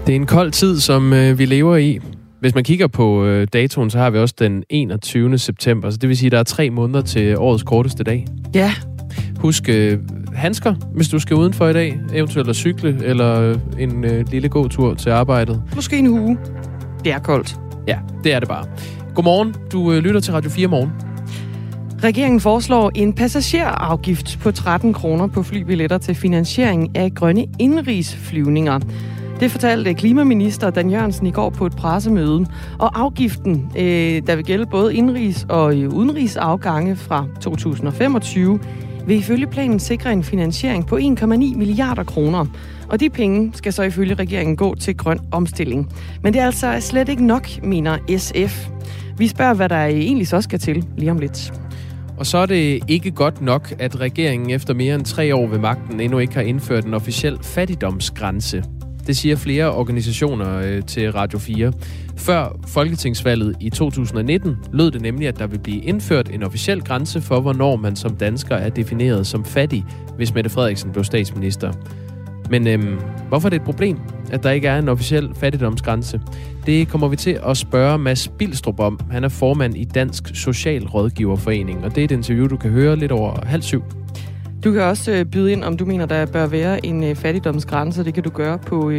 Det er en kold tid, som vi lever i. Hvis man kigger på datoen, så har vi også den 21. september. Så det vil sige, at der er 3 måneder til årets korteste dag. Ja. Husk handsker, hvis du skal udenfor i dag. Eventuelt at cykle, eller en lille gåtur til arbejdet. Måske en hue. Det er koldt. Ja, det er det bare. Godmorgen. Du lytter til Radio 4 Morgen. Regeringen foreslår en passagerafgift på 13 kroner på flybilletter til finansiering af grønne indrigsflyvninger. Det fortalte klimaminister Dan Jørgensen i går på et pressemøde. Og afgiften, der vil gælde både indrigs- og udenrigsafgange fra 2025, vil ifølge planen sikre en finansiering på 1,9 milliarder kroner. Og de penge skal så ifølge regeringen gå til grøn omstilling. Men det er altså slet ikke nok, mener SF. Vi spørger, hvad der egentlig så skal til lige om lidt. Og så er det ikke godt nok, at regeringen efter mere end 3 år ved magten endnu ikke har indført en officiel fattigdomsgrænse. Det siger flere organisationer til Radio 4. Før folketingsvalget i 2019 lød det nemlig, at der vil blive indført en officiel grænse for, hvornår man som dansker er defineret som fattig, hvis Mette Frederiksen blev statsminister. Men hvorfor er det et problem, at der ikke er en officiel fattigdomsgrænse? Det kommer vi til at spørge Mads Bilstrup om. Han er formand i Dansk Socialrådgiverforening, og det er et interview, du kan høre lidt over 6:30. Du kan også byde ind, om du mener, der bør være en fattigdomsgrænse. Det kan du gøre på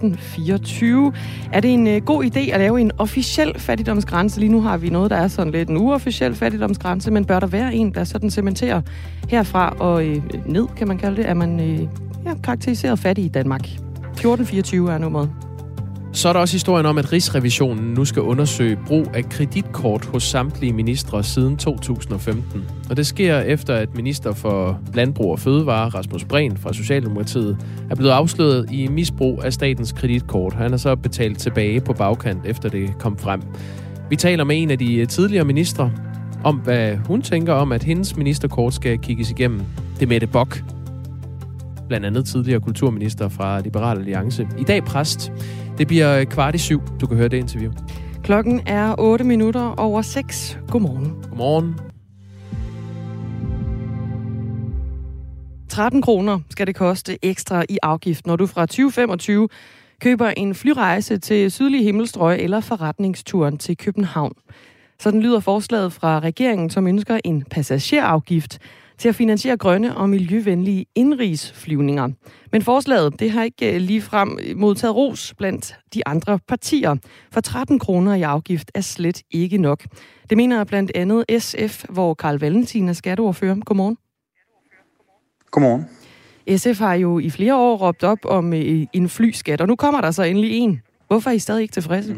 1424. Er det en god idé at lave en officiel fattigdomsgrænse? Lige nu har vi noget, der er sådan lidt en uofficiel fattigdomsgrænse, men bør der være en, der sådan cementerer herfra og ned, kan man kalde det? Er man karakteriseret fattig i Danmark? 1424 er nummeret. Så er der også historien om, at Rigsrevisionen nu skal undersøge brug af kreditkort hos samtlige ministre siden 2015. Og det sker efter, at minister for Landbrug og Fødevare, Rasmus Prehn fra Socialdemokratiet, er blevet afsløret i misbrug af statens kreditkort. Han er så betalt tilbage på bagkant, efter det kom frem. Vi taler med en af de tidligere ministre om, hvad hun tænker om, at hendes ministerkort skal kigges igennem. Det er Mette Bock, blandt andet tidligere kulturminister fra Liberal Alliance. I dag præst. Det bliver 6:15. Du kan høre det interview. Klokken er 6:08. Godmorgen. Godmorgen. 13 kroner skal det koste ekstra i afgift, når du fra 2025 køber en flyrejse til sydlige himmelstrøg eller forretningsturen til København. Sådan lyder forslaget fra regeringen, som ønsker en passagerafgift til at finansiere grønne og miljøvenlige indrigsflyvninger. Men forslaget, det har ikke ligefrem modtaget ros blandt de andre partier, for 13 kroner i afgift er slet ikke nok. Det mener blandt andet SF, hvor Carl Valentin er skatteordfører. Godmorgen. Godmorgen. SF har jo i flere år råbt op om en flyskat, og nu kommer der så endelig en. Hvorfor er I stadig ikke tilfredse?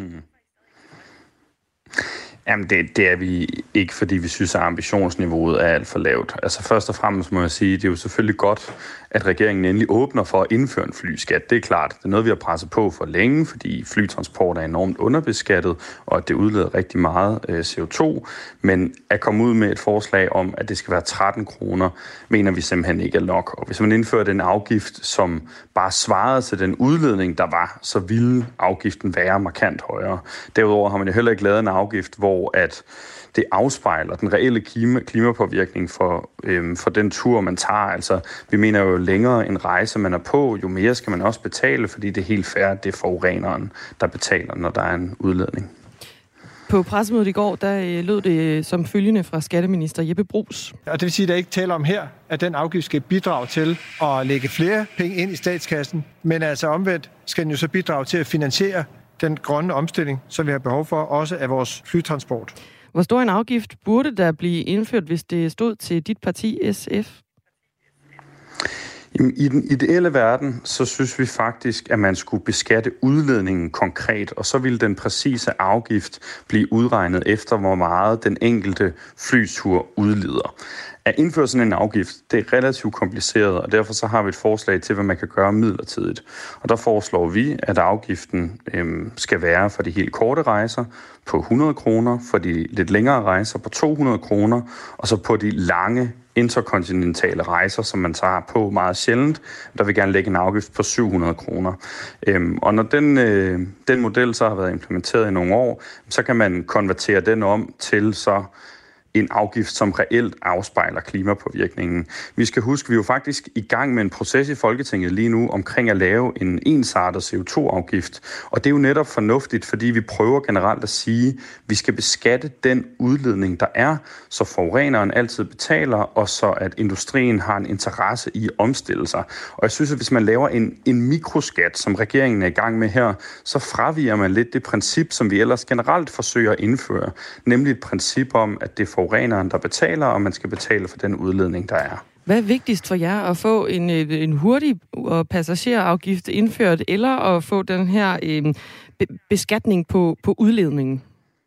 Jamen, det er vi ikke, fordi vi synes, at ambitionsniveauet er alt for lavt. Altså først og fremmest må jeg sige, det er jo selvfølgelig godt, at regeringen endelig åbner for at indføre en flyskat. Det er klart, det er noget, vi har presset på for længe, fordi flytransport er enormt underbeskattet, og at det udleder rigtig meget CO2. Men at komme ud med et forslag om, at det skal være 13 kroner, mener vi simpelthen ikke er nok. Og hvis man indførte en afgift, som bare svarede til den udledning, der var, så ville afgiften være markant højere. Derudover har man jo heller ikke lavet en afgift, hvor at det afspejler den reelle klimapåvirkning for den tur, man tager. Altså, vi mener jo længere en rejse, man er på, jo mere skal man også betale, fordi det er helt fair, det er forureneren, der betaler, når der er en udledning. På pressemødet i går, der lød det som følgende fra skatteminister Jeppe Bruus. Og det vil sige, at der ikke taler om her, at den afgift skal bidrage til at lægge flere penge ind i statskassen, men altså omvendt skal den jo så bidrage til at finansiere den grønne omstilling, som vi har behov for, også af vores flytransport. Hvor stor en afgift burde der blive indført, hvis det stod til dit parti, SF? I den ideelle verden, så synes vi faktisk, at man skulle beskatte udledningen konkret, og så ville den præcise afgift blive udregnet efter, hvor meget den enkelte flytur udleder. At indføre sådan en afgift, det er relativt kompliceret, og derfor så har vi et forslag til, hvad man kan gøre midlertidigt. Og der foreslår vi, at afgiften skal være for de helt korte rejser på 100 kroner, for de lidt længere rejser på 200 kroner, og så på de lange interkontinentale rejser, som man tager på meget sjældent, der vil gerne lægge en afgift på 700 kroner. Og når den model så har været implementeret i nogle år, så kan man konvertere den om til så en afgift, som reelt afspejler klimapåvirkningen. Vi skal huske, vi er jo faktisk i gang med en proces i Folketinget lige nu omkring at lave en ensartet CO2-afgift. Og det er jo netop fornuftigt, fordi vi prøver generelt at sige, at vi skal beskatte den udledning, der er, så forureneren altid betaler, og så at industrien har en interesse i at omstille sig. Og jeg synes, at hvis man laver en mikroskat, som regeringen er i gang med her, så fraviger man lidt det princip, som vi ellers generelt forsøger at indføre, nemlig et princip om, at det er forureneren, der betaler, og man skal betale for den udledning, der er. Hvad er vigtigst for jer? At få en hurtig passagerafgift indført, eller at få den her beskatning på udledningen?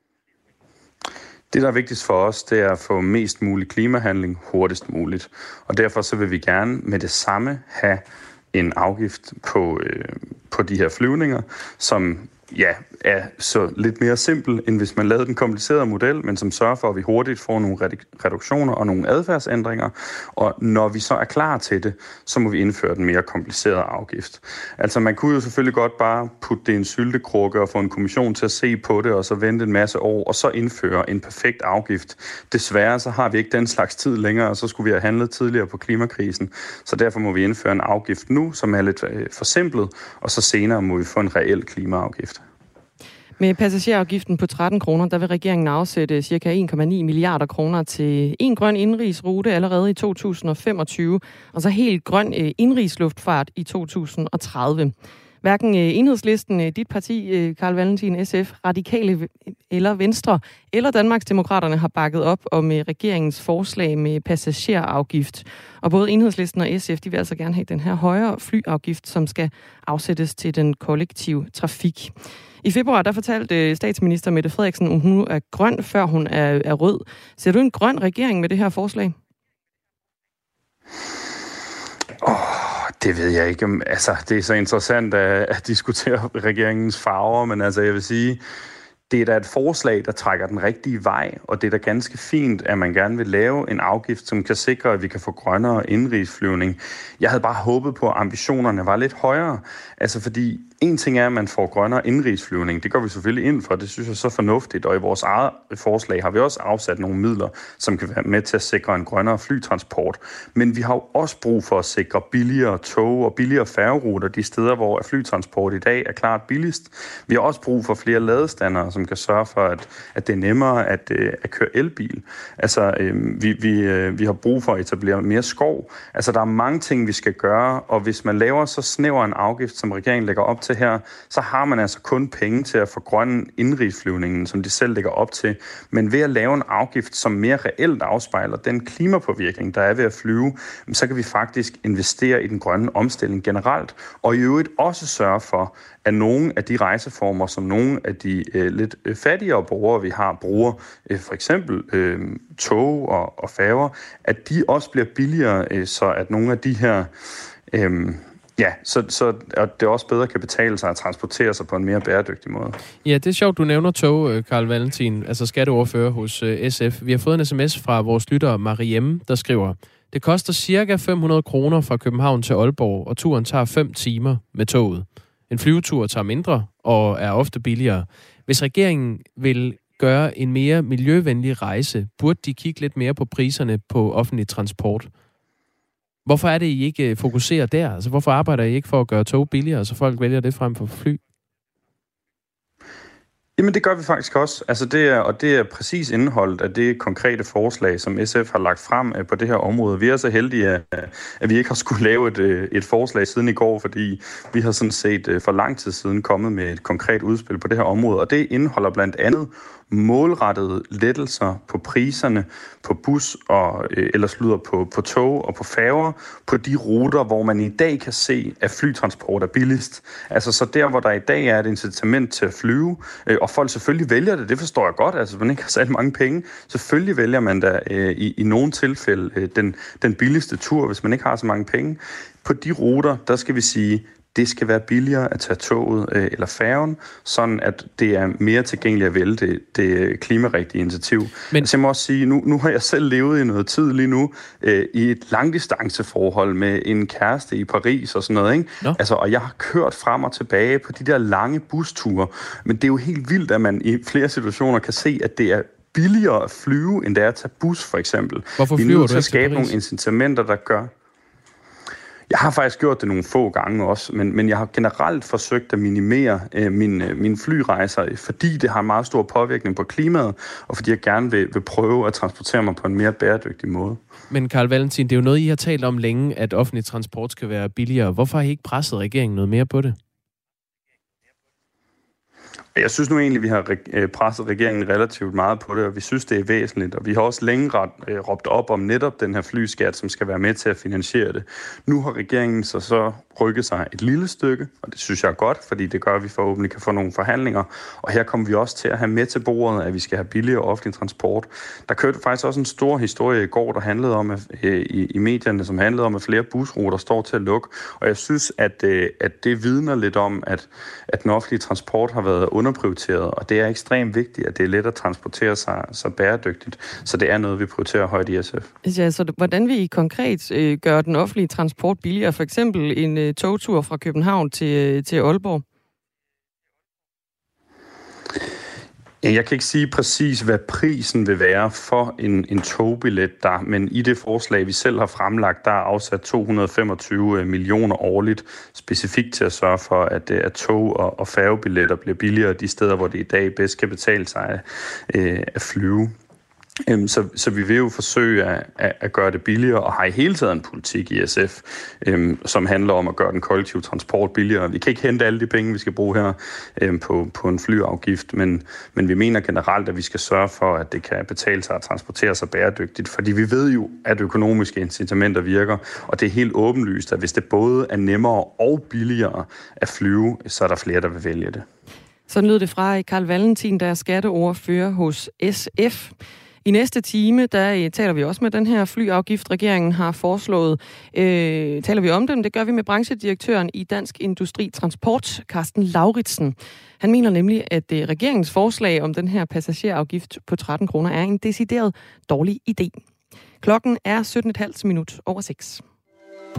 Det, der er vigtigst for os, det er at få mest mulig klimahandling hurtigst muligt. Og derfor så vil vi gerne med det samme have en afgift på de her flyvninger, som er så lidt mere simpel, end hvis man lavede den komplicerede model, men som sørger for, at vi hurtigt får nogle reduktioner og nogle adfærdsændringer. Og når vi så er klar til det, så må vi indføre den mere komplicerede afgift. Altså man kunne jo selvfølgelig godt bare putte det i en syltekrukke og få en kommission til at se på det, og så vente en masse år, og så indføre en perfekt afgift. Desværre så har vi ikke den slags tid længere, og så skulle vi have handlet tidligere på klimakrisen. Så derfor må vi indføre en afgift nu, som er lidt forsimplet, og så senere må vi få en reel klimaafgift. Med passagerafgiften på 13 kroner, der vil regeringen afsætte ca. 1,9 milliarder kroner til en grøn indrigsrute allerede i 2025, og så helt grøn indrigsluftfart i 2030. Hverken Enhedslisten, dit parti, Carl Valentin, SF, Radikale eller Venstre eller Danmarksdemokraterne har bakket op om regeringens forslag med passagerafgift. Og både Enhedslisten og SF, de vil altså gerne have den her højere flyafgift, som skal afsættes til den kollektive trafik. I februar, der fortalte statsminister Mette Frederiksen, at hun er grøn, før hun er rød. Ser du en grøn regering med det her forslag? Det ved jeg ikke. Altså, det er så interessant at diskutere regeringens farver, men altså, jeg vil sige, det er da et forslag, der trækker den rigtige vej, og det er da ganske fint, at man gerne vil lave en afgift, som kan sikre, at vi kan få grønnere indrigsflyvning. Jeg havde bare håbet på, at ambitionerne var lidt højere. Altså fordi en ting er, at man får grønnere indrigsflyvning. Det går vi selvfølgelig ind for. Det synes jeg er så fornuftigt. Og i vores eget forslag har vi også afsat nogle midler, som kan være med til at sikre en grønnere flytransport. Men vi har jo også brug for at sikre billigere tog og billigere færgeruter de steder, hvor flytransport i dag er klart billigst. Vi har også brug for flere ladestandere, som kan sørge for, at det er nemmere at køre elbil. Altså, vi har brug for at etablere mere skov. Altså, der er mange ting, vi skal gøre, og hvis man laver så snæver en afgift, som regeringen lægger op til her, så har man altså kun penge til at forgrønne indrigsflyvningen, som de selv lægger op til. Men ved at lave en afgift, som mere reelt afspejler den klimapåvirkning, der er ved at flyve, så kan vi faktisk investere i den grønne omstilling generelt, og i øvrigt også sørge for, at nogle af de rejseformer, som nogle af de lidt fattigere borgere, vi har, bruger, for eksempel tog og færger, at de også bliver billigere, så at nogle af de her så at det også bedre kan betale sig at transportere sig på en mere bæredygtig måde. Ja, det er sjovt, du nævner tog, Carl Valentin, altså skatteordfører hos SF. Vi har fået en sms fra vores lytter Mariemme, der skriver: det koster cirka 500 kroner fra København til Aalborg, og turen tager 5 timer med toget. En flyvetur tager mindre og er ofte billigere. Hvis regeringen vil gøre en mere miljøvenlig rejse, burde de kigge lidt mere på priserne på offentlig transport. Hvorfor er det, I ikke fokuserer der? Altså, hvorfor arbejder I ikke for at gøre tog billigere, så folk vælger det frem for fly? Jamen det gør vi faktisk også. Altså det er præcis indholdet af det konkrete forslag, som SF har lagt frem på det her område. Vi er så heldige, at vi ikke har skulle lave et forslag siden i går, fordi vi har sådan set for lang tid siden kommet med et konkret udspil på det her område. Og det indeholder blandt andet målrettede lettelser på priserne på bus og på tog og på færger på de ruter, hvor man i dag kan se, at flytransport er billigst. Altså så der, hvor der i dag er et incitament til at flyve, og folk selvfølgelig vælger det forstår jeg godt, altså man ikke har sat mange penge. Selvfølgelig vælger man da i nogle tilfælde den billigste tur, hvis man ikke har så mange penge. På de ruter, der skal vi sige, det skal være billigere at tage toget eller færgen, sådan at det er mere tilgængeligt at vælge det klimarigtige initiativ. Men altså, jeg må også sige, nu har jeg selv levet i noget tid lige nu, i et langdistanceforhold med en kæreste i Paris og sådan noget, ikke? No. Altså, og jeg har kørt frem og tilbage på de der lange busture, men det er jo helt vildt, at man i flere situationer kan se, at det er billigere at flyve, end det er at tage bus, for eksempel. Hvorfor vi er flyver nødt du til ikke at til skabe Paris? nogle incitamenter, der gør... Jeg har faktisk gjort det nogle få gange også, men jeg har generelt forsøgt at minimere mine flyrejser, fordi det har en meget stor påvirkning på klimaet, og fordi jeg gerne vil prøve at transportere mig på en mere bæredygtig måde. Men Carl Valentin, det er jo noget, I har talt om længe, at offentlig transport skal være billigere. Hvorfor har I ikke presset regeringen noget mere på det? Jeg synes nu egentlig, vi har presset regeringen relativt meget på det, og vi synes, det er væsentligt. Og vi har også længe råbt op om netop den her flyskat, som skal være med til at finansiere det. Nu har regeringen så rykket sig et lille stykke, og det synes jeg er godt, fordi det gør, at vi forhåbentlig kan få nogle forhandlinger. Og her kommer vi også til at have med til bordet, at vi skal have billigere offentlig transport. Der kørte faktisk også en stor historie i går, der handlede om, i medierne, som handlede om, at flere busruter står til at lukke. Og jeg synes, at det vidner lidt om, at den offentlige transport har været underprioriteret, og det er ekstremt vigtigt, at det er let at transportere sig så bæredygtigt. Så det er noget, vi prioriterer højt i SF. Ja, så hvordan vil I konkret gøre den offentlige transport billigere? For eksempel en togtur fra København til Aalborg? Jeg kan ikke sige præcis, hvad prisen vil være for en togbillet der, men i det forslag, vi selv har fremlagt, der er afsat 225 millioner årligt, specifikt til at sørge for, at tog- og færgebilletter bliver billigere de steder, hvor det i dag bedst kan betale sig at flyve. Så vi vil jo forsøge at gøre det billigere, og har i hele taget en politik i SF, som handler om at gøre den kollektive transport billigere. Vi kan ikke hente alle de penge, vi skal bruge her på en flyafgift, men vi mener generelt, at vi skal sørge for, at det kan betale sig at transportere sig bæredygtigt, fordi vi ved jo, at økonomiske incitamenter virker, og det er helt åbenlyst, at hvis det både er nemmere og billigere at flyve, så er der flere, der vil vælge det. Sådan lød det fra Carl Valentin, der er skatteordfører hos SF. I næste time, der taler vi også med den her flyafgift, regeringen har foreslået. Taler vi om den? Det gør vi med branchedirektøren i Dansk Industri Transport, Carsten Lauritsen. Han mener nemlig, at regeringens forslag om den her passagerafgift på 13 kroner er en decideret dårlig idé. Klokken er 17,5 6.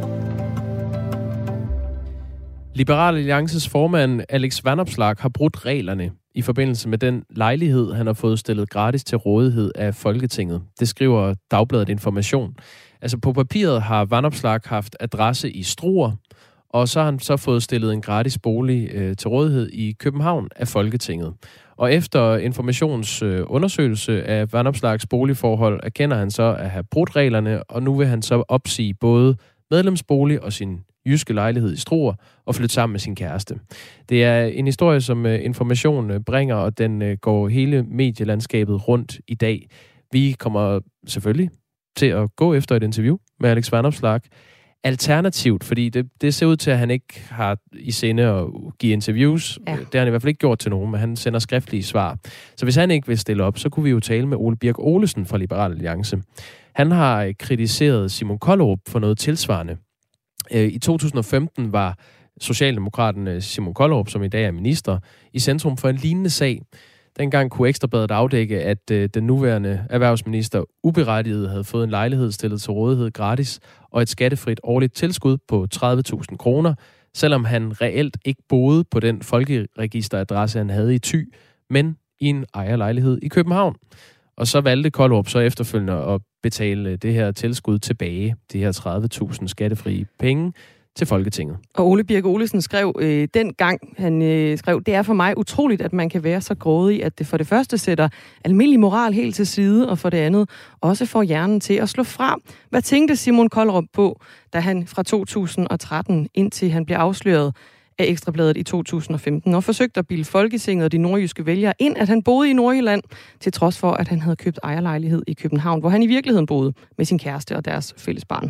Liberal Alliances formand Alex Vanopslagh har brudt reglerne i forbindelse med den lejlighed, han har fået stillet gratis til rådighed af Folketinget. Det skriver Dagbladet Information. Altså på papiret har Vanopslagh haft adresse i Struer, og så har han så fået stillet en gratis bolig til rådighed i København af Folketinget. Og efter Informations undersøgelse af Vanopslaghs boligforhold, erkender han så at have brudt reglerne, og nu vil han så opsige både medlemsbolig og sin jyske lejlighed i Struer og flytte sammen med sin kæreste. Det er en historie, som Information bringer, og den går hele medielandskabet rundt i dag. Vi kommer selvfølgelig til at gå efter et interview med Alex Vanopslagh. Alternativt, fordi det ser ud til, at han ikke har i sinde at give interviews. Ja. Det har han i hvert fald ikke gjort til nogen, men han sender skriftlige svar. Så hvis han ikke vil stille op, så kunne vi jo tale med Ole Birk Olesen fra Liberal Alliance. Han har kritiseret Simon Kollerup for noget tilsvarende. I 2015 var Socialdemokraten Simon Kollerup, som i dag er minister, i centrum for en lignende sag. Dengang kunne Ekstra Bladet afdække, at den nuværende erhvervsminister uberettiget havde fået en lejlighed stillet til rådighed gratis og et skattefrit årligt tilskud på 30.000 kroner, selvom han reelt ikke boede på den folkeregisteradresse, han havde i Thy, men i en ejerlejlighed i København. Og så valgte Kollerup så efterfølgende at betale det her tilskud tilbage, de her 30.000 skattefrie penge, til Folketinget. Og Ole Birk Olesen skrev dengang, det er for mig utroligt, at man kan være så grådig, at det for det første sætter almindelig moral helt til side, og for det andet også får hjernen til at slå fra. Hvad tænkte Simon Kollerup på, da han fra 2013, indtil han blev afsløret af Ekstra Bladet i 2015, og forsøgte at bilde Folketinget og de nordjyske vælgere ind, at han boede i Nordjylland, til trods for, at han havde købt ejerlejlighed i København, hvor han i virkeligheden boede med sin kæreste og deres fælles barn.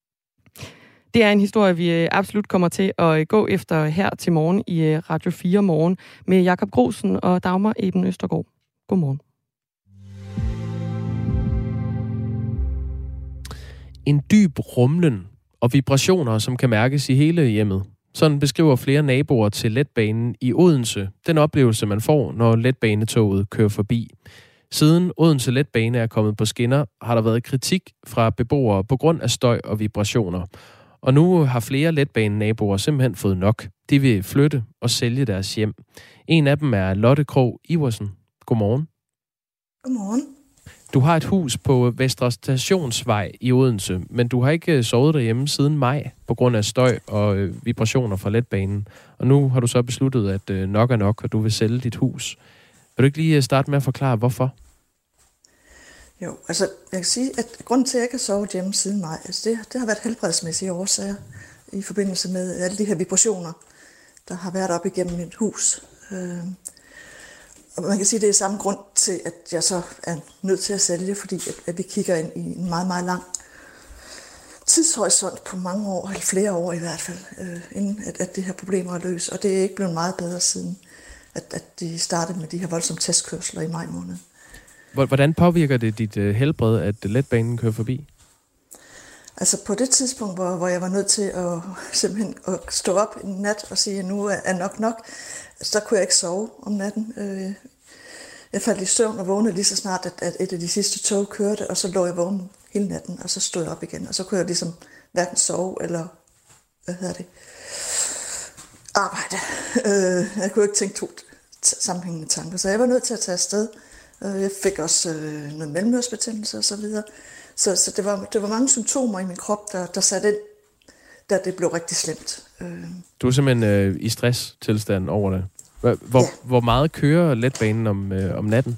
Det er en historie, vi absolut kommer til at gå efter her til morgen i Radio 4 Morgen med Jakob Grosen og Dagmar Eben Østergaard. Godmorgen. En dyb rumlen og vibrationer, som kan mærkes i hele hjemmet. Sådan beskriver flere naboer til letbanen i Odense den oplevelse, man får, når letbanetoget kører forbi. Siden Odense Letbane er kommet på skinner, har der været kritik fra beboere på grund af støj og vibrationer. Og nu har flere letbanenaboer simpelthen fået nok. De vil flytte og sælge deres hjem. En af dem er Lotte Krog Iversen. Godmorgen. Godmorgen. Du har et hus på Vestre Stationsvej i Odense, men du har ikke sovet derhjemme siden maj på grund af støj og vibrationer fra letbanen. Og nu har du så besluttet, at nok er nok, og du vil sælge dit hus. Vil du ikke lige starte med at forklare, hvorfor? Jo, altså jeg kan sige, at grunden til, at jeg ikke har sovet hjemme siden maj, altså det har været helbredsmæssige årsager i forbindelse med alle de her vibrationer, der har været op igennem mit hus. Og man kan sige, at det er samme grund til, at jeg så er nødt til at sælge, fordi at vi kigger ind i en meget, meget lang tidshorisont på mange år, eller flere år i hvert fald, inden at det her problemer er løst. Og det er ikke blevet meget bedre siden, at de startede med de her voldsomme testkørsler i maj måned. Hvordan påvirker det dit helbred, at letbanen kører forbi? Altså på det tidspunkt, hvor jeg var nødt til at simpelthen at stå op en nat og sige, at nu er nok, så kunne jeg ikke sove om natten. Jeg faldt i søvn og vågnede lige så snart, at et af de sidste tog kørte, og så lå jeg vågen hele natten, og så stod jeg op igen. Og så kunne jeg ligesom hverken sove eller, arbejde. Jeg kunne ikke tænke to sammenhængende tanker, så jeg var nødt til at tage afsted. Jeg fik også noget mellemørebetændelse og så videre. Så det var mange symptomer i min krop, der satte ind, da det blev rigtig slemt. Du er simpelthen i stress-tilstand over det. Hvor meget kører letbanen om natten?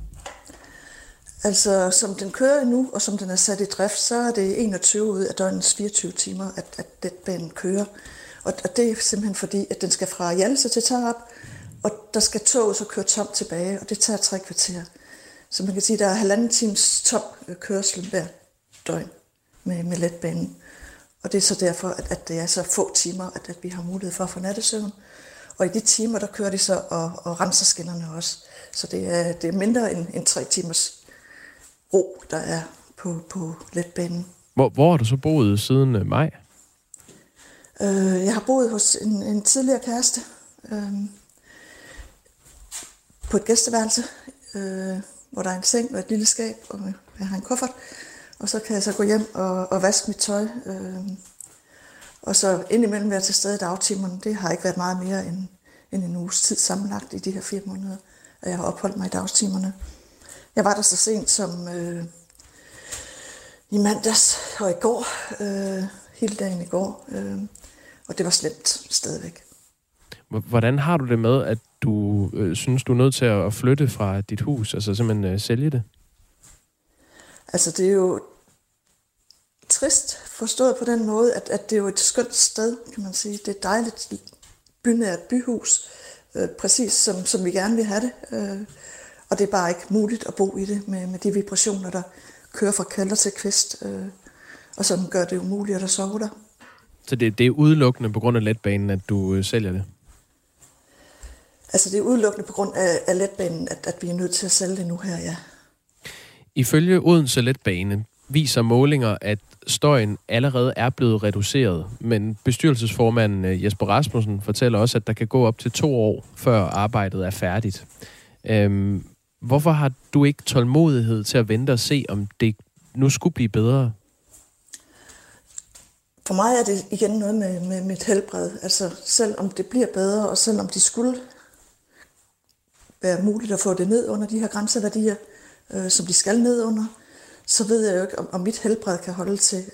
Altså, som den kører nu, og som den er sat i drift, så er det 21 ud af døgnets 24 timer, at letbanen kører. Og det er simpelthen fordi, at den skal fra Hjallese til Tarup, og der skal toget så køre tomt tilbage, og det tager 3 kvarter. Så man kan sige, at der er 1,5 times tom kørsel hver døgn med letbanen. Og det er så derfor, at det er så få timer, at vi har mulighed for at få nattesøvn. Og i de timer, der kører de så og renser skinnerne også. Så det er mindre end 3 timers ro, der er på letbanen. Hvor har du så boet siden maj? Jeg har boet hos en tidligere kæreste på et gæsteværelse, hvor der er en seng og et lille skab, og jeg har en kuffert. Og så kan jeg så gå hjem og vaske mit tøj. Og så indimellem være til stede i dagtimerne. Det har ikke været meget mere end en uges tid sammenlagt i de her 4 måneder, at jeg har opholdt mig i dagstimerne. Jeg var der så sent som i mandags og i går, hele dagen i går, og det var slemt stadigvæk. Hvordan har du det med, at du synes, du er nødt til at flytte fra dit hus, altså simpelthen sælge det? Altså det er jo trist forstået på den måde, at det er jo et skønt sted, kan man sige. Det er et dejligt bynært byhus, præcis som vi gerne vil have det. Og det er bare ikke muligt at bo i det med de vibrationer, der kører fra kælder til kvist, og som gør det umuligt at sove der. Så det er udelukkende på grund af letbanen, at du sælger det? Altså det er udelukkende på grund af letbanen, at vi er nødt til at sælge det nu her, ja. Ifølge Odense Letbane viser målinger, at støjen allerede er blevet reduceret, men bestyrelsesformanden Jesper Rasmussen fortæller også, at der kan gå op til 2 år, før arbejdet er færdigt. Hvorfor har du ikke tålmodighed til at vente og se, om det nu skulle blive bedre? For mig er det igen noget med mit helbred. Altså selvom det bliver bedre, og selvom de skulle være muligt at få det ned under de her grænseværdier, som de skal ned under, så ved jeg jo ikke, om mit helbred kan holde til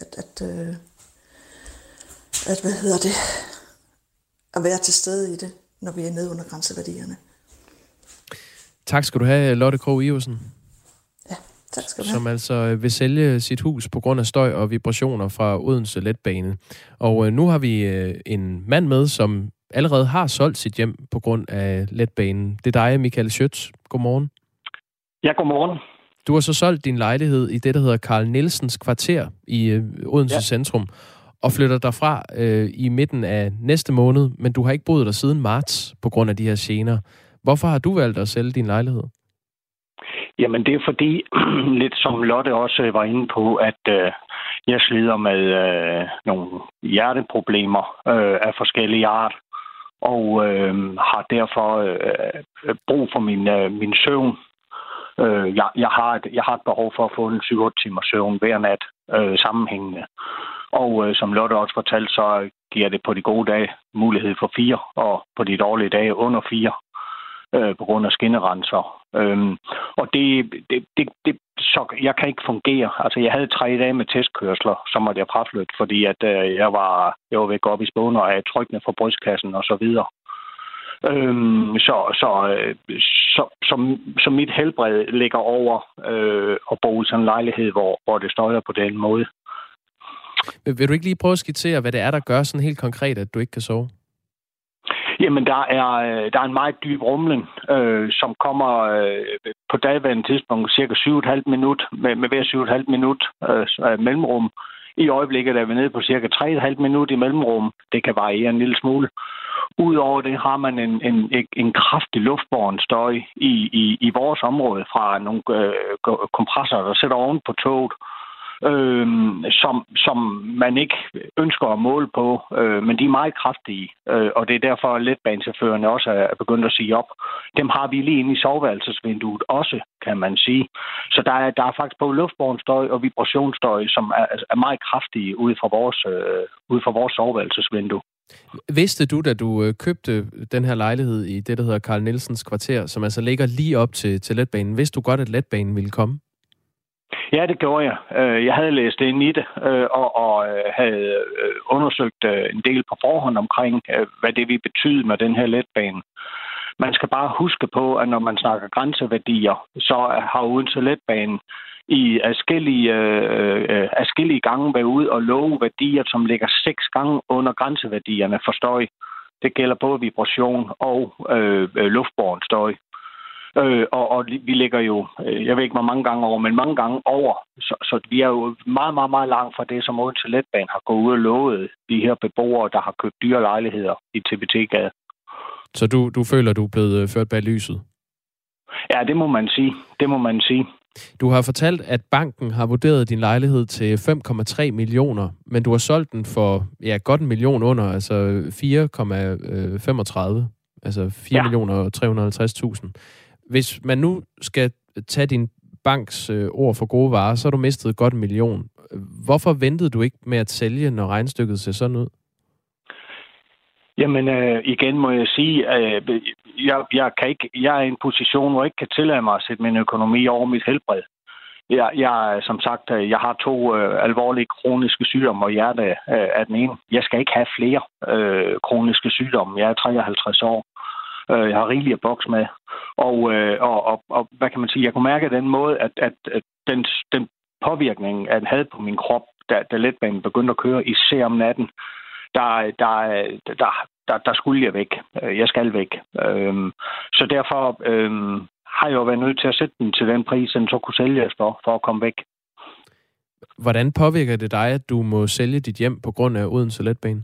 at være til stede i det, når vi er nede under grænseværdierne. Tak skal du have, Lotte Krog Iversen. Ja, tak skal du have. Som altså vil sælge sit hus på grund af støj og vibrationer fra Odense Letbane. Og nu har vi en mand med, som allerede har solgt sit hjem på grund af letbanen. Det er dig, Michael Schøtz. Godmorgen. Ja, godmorgen. Du har så solgt din lejlighed i det, der hedder Carl Nielsens kvarter i Odense Centrum, og flytter derfra i midten af næste måned, men du har ikke boet der siden marts på grund af de her gener. Hvorfor har du valgt at sælge din lejlighed? Jamen det er fordi, lidt som Lotte også var inde på, at jeg slider med nogle hjerteproblemer af forskellige art, og har derfor brug for min søvn. Jeg har et behov for at få en 7-8 timers søvn hver nat sammenhængende. Og som Lotte også fortalte, så giver det på de gode dage mulighed for 4, og på de dårlige dage under 4. på grund af skinnerenser. Og så jeg kan ikke fungere. Altså, jeg havde 3 dage med testkørsler, som måtte jeg fraflytte, fordi at jeg var væk op i spåner af trykkene fra brystkassen og så videre. Så mit helbred ligger over at bo i sådan en lejlighed, hvor det støjer på den måde. Vil du ikke lige prøve at skitsere, hvad det er, der gør sådan helt konkret, at du ikke kan sove? Jamen, der er en meget dyb rumlen, som kommer på daværende tidspunkt cirka 7,5 minut, med hver 7,5 minut mellemrum. I øjeblikket er vi nede på cirka 3,5 minut i mellemrum. Det kan variere en lille smule. Udover det har man en kraftig luftbåren støj i vores område fra nogle kompressorer, der sætter oven på toget, som man ikke ønsker at måle på, men de er meget kraftige, og det er derfor, at letbanechaufførerne også er begyndt at sige op. Dem har vi lige inde i soveværelsesvinduet også, kan man sige. Så der er faktisk både luftbåren støj og vibrationsstøj, som er meget kraftige ude fra vores soveværelsesvindue. Vidste du, da du købte den her lejlighed i det, der hedder Carl Nielsens kvarter, som altså ligger lige op til letbanen, vidste du godt, at letbanen ville komme? Ja, det gjorde jeg. Jeg havde læst ind i det, og havde undersøgt en del på forhånd omkring, hvad det vil betyde med den her letbane. Man skal bare huske på, at når man snakker grænseværdier, så har Odense Letbanen i adskillige gange været ude og love værdier, som ligger 6 gange under grænseværdierne for støj. Det gælder både vibration og luftbåren støj. Og vi ligger jo, jeg ved ikke hvor mange gange over, men mange gange over. Så vi er jo meget, meget, meget langt fra det, som Odense Letbane har gået ud og lovet de her beboere, der har købt dyre lejligheder i TBT-gade. Så du føler, du er blevet ført bag lyset? Ja, det må man sige. Det må man sige. Du har fortalt, at banken har vurderet din lejlighed til 5,3 millioner, men du har solgt den for godt 1 million under, altså 4,35, altså 4.350.000. Hvis man nu skal tage din banks ord for gode varer, så har du mistet godt 1 million. Hvorfor ventede du ikke med at sælge, når regnstykket ser sådan ud? Jamen, igen må jeg sige, at jeg er i en position, hvor jeg ikke kan tillade mig at sætte min økonomi over mit helbred. Som sagt, jeg har 2 alvorlige kroniske sygdomme, og hjertet er den ene. Jeg skal ikke have flere kroniske sygdomme. Jeg er 53 år. Jeg har rigeligt at bokse med. Og hvad kan man sige? Jeg kunne mærke den måde, at den påvirkning, at den havde på min krop, da letbanen begyndte at køre, især om natten, der skulle jeg væk. Jeg skal væk. Så derfor har jeg jo været nødt til at sætte den til den pris, den så kunne sælges for at komme væk. Hvordan påvirker det dig, at du må sælge dit hjem på grund af Odense Letbane?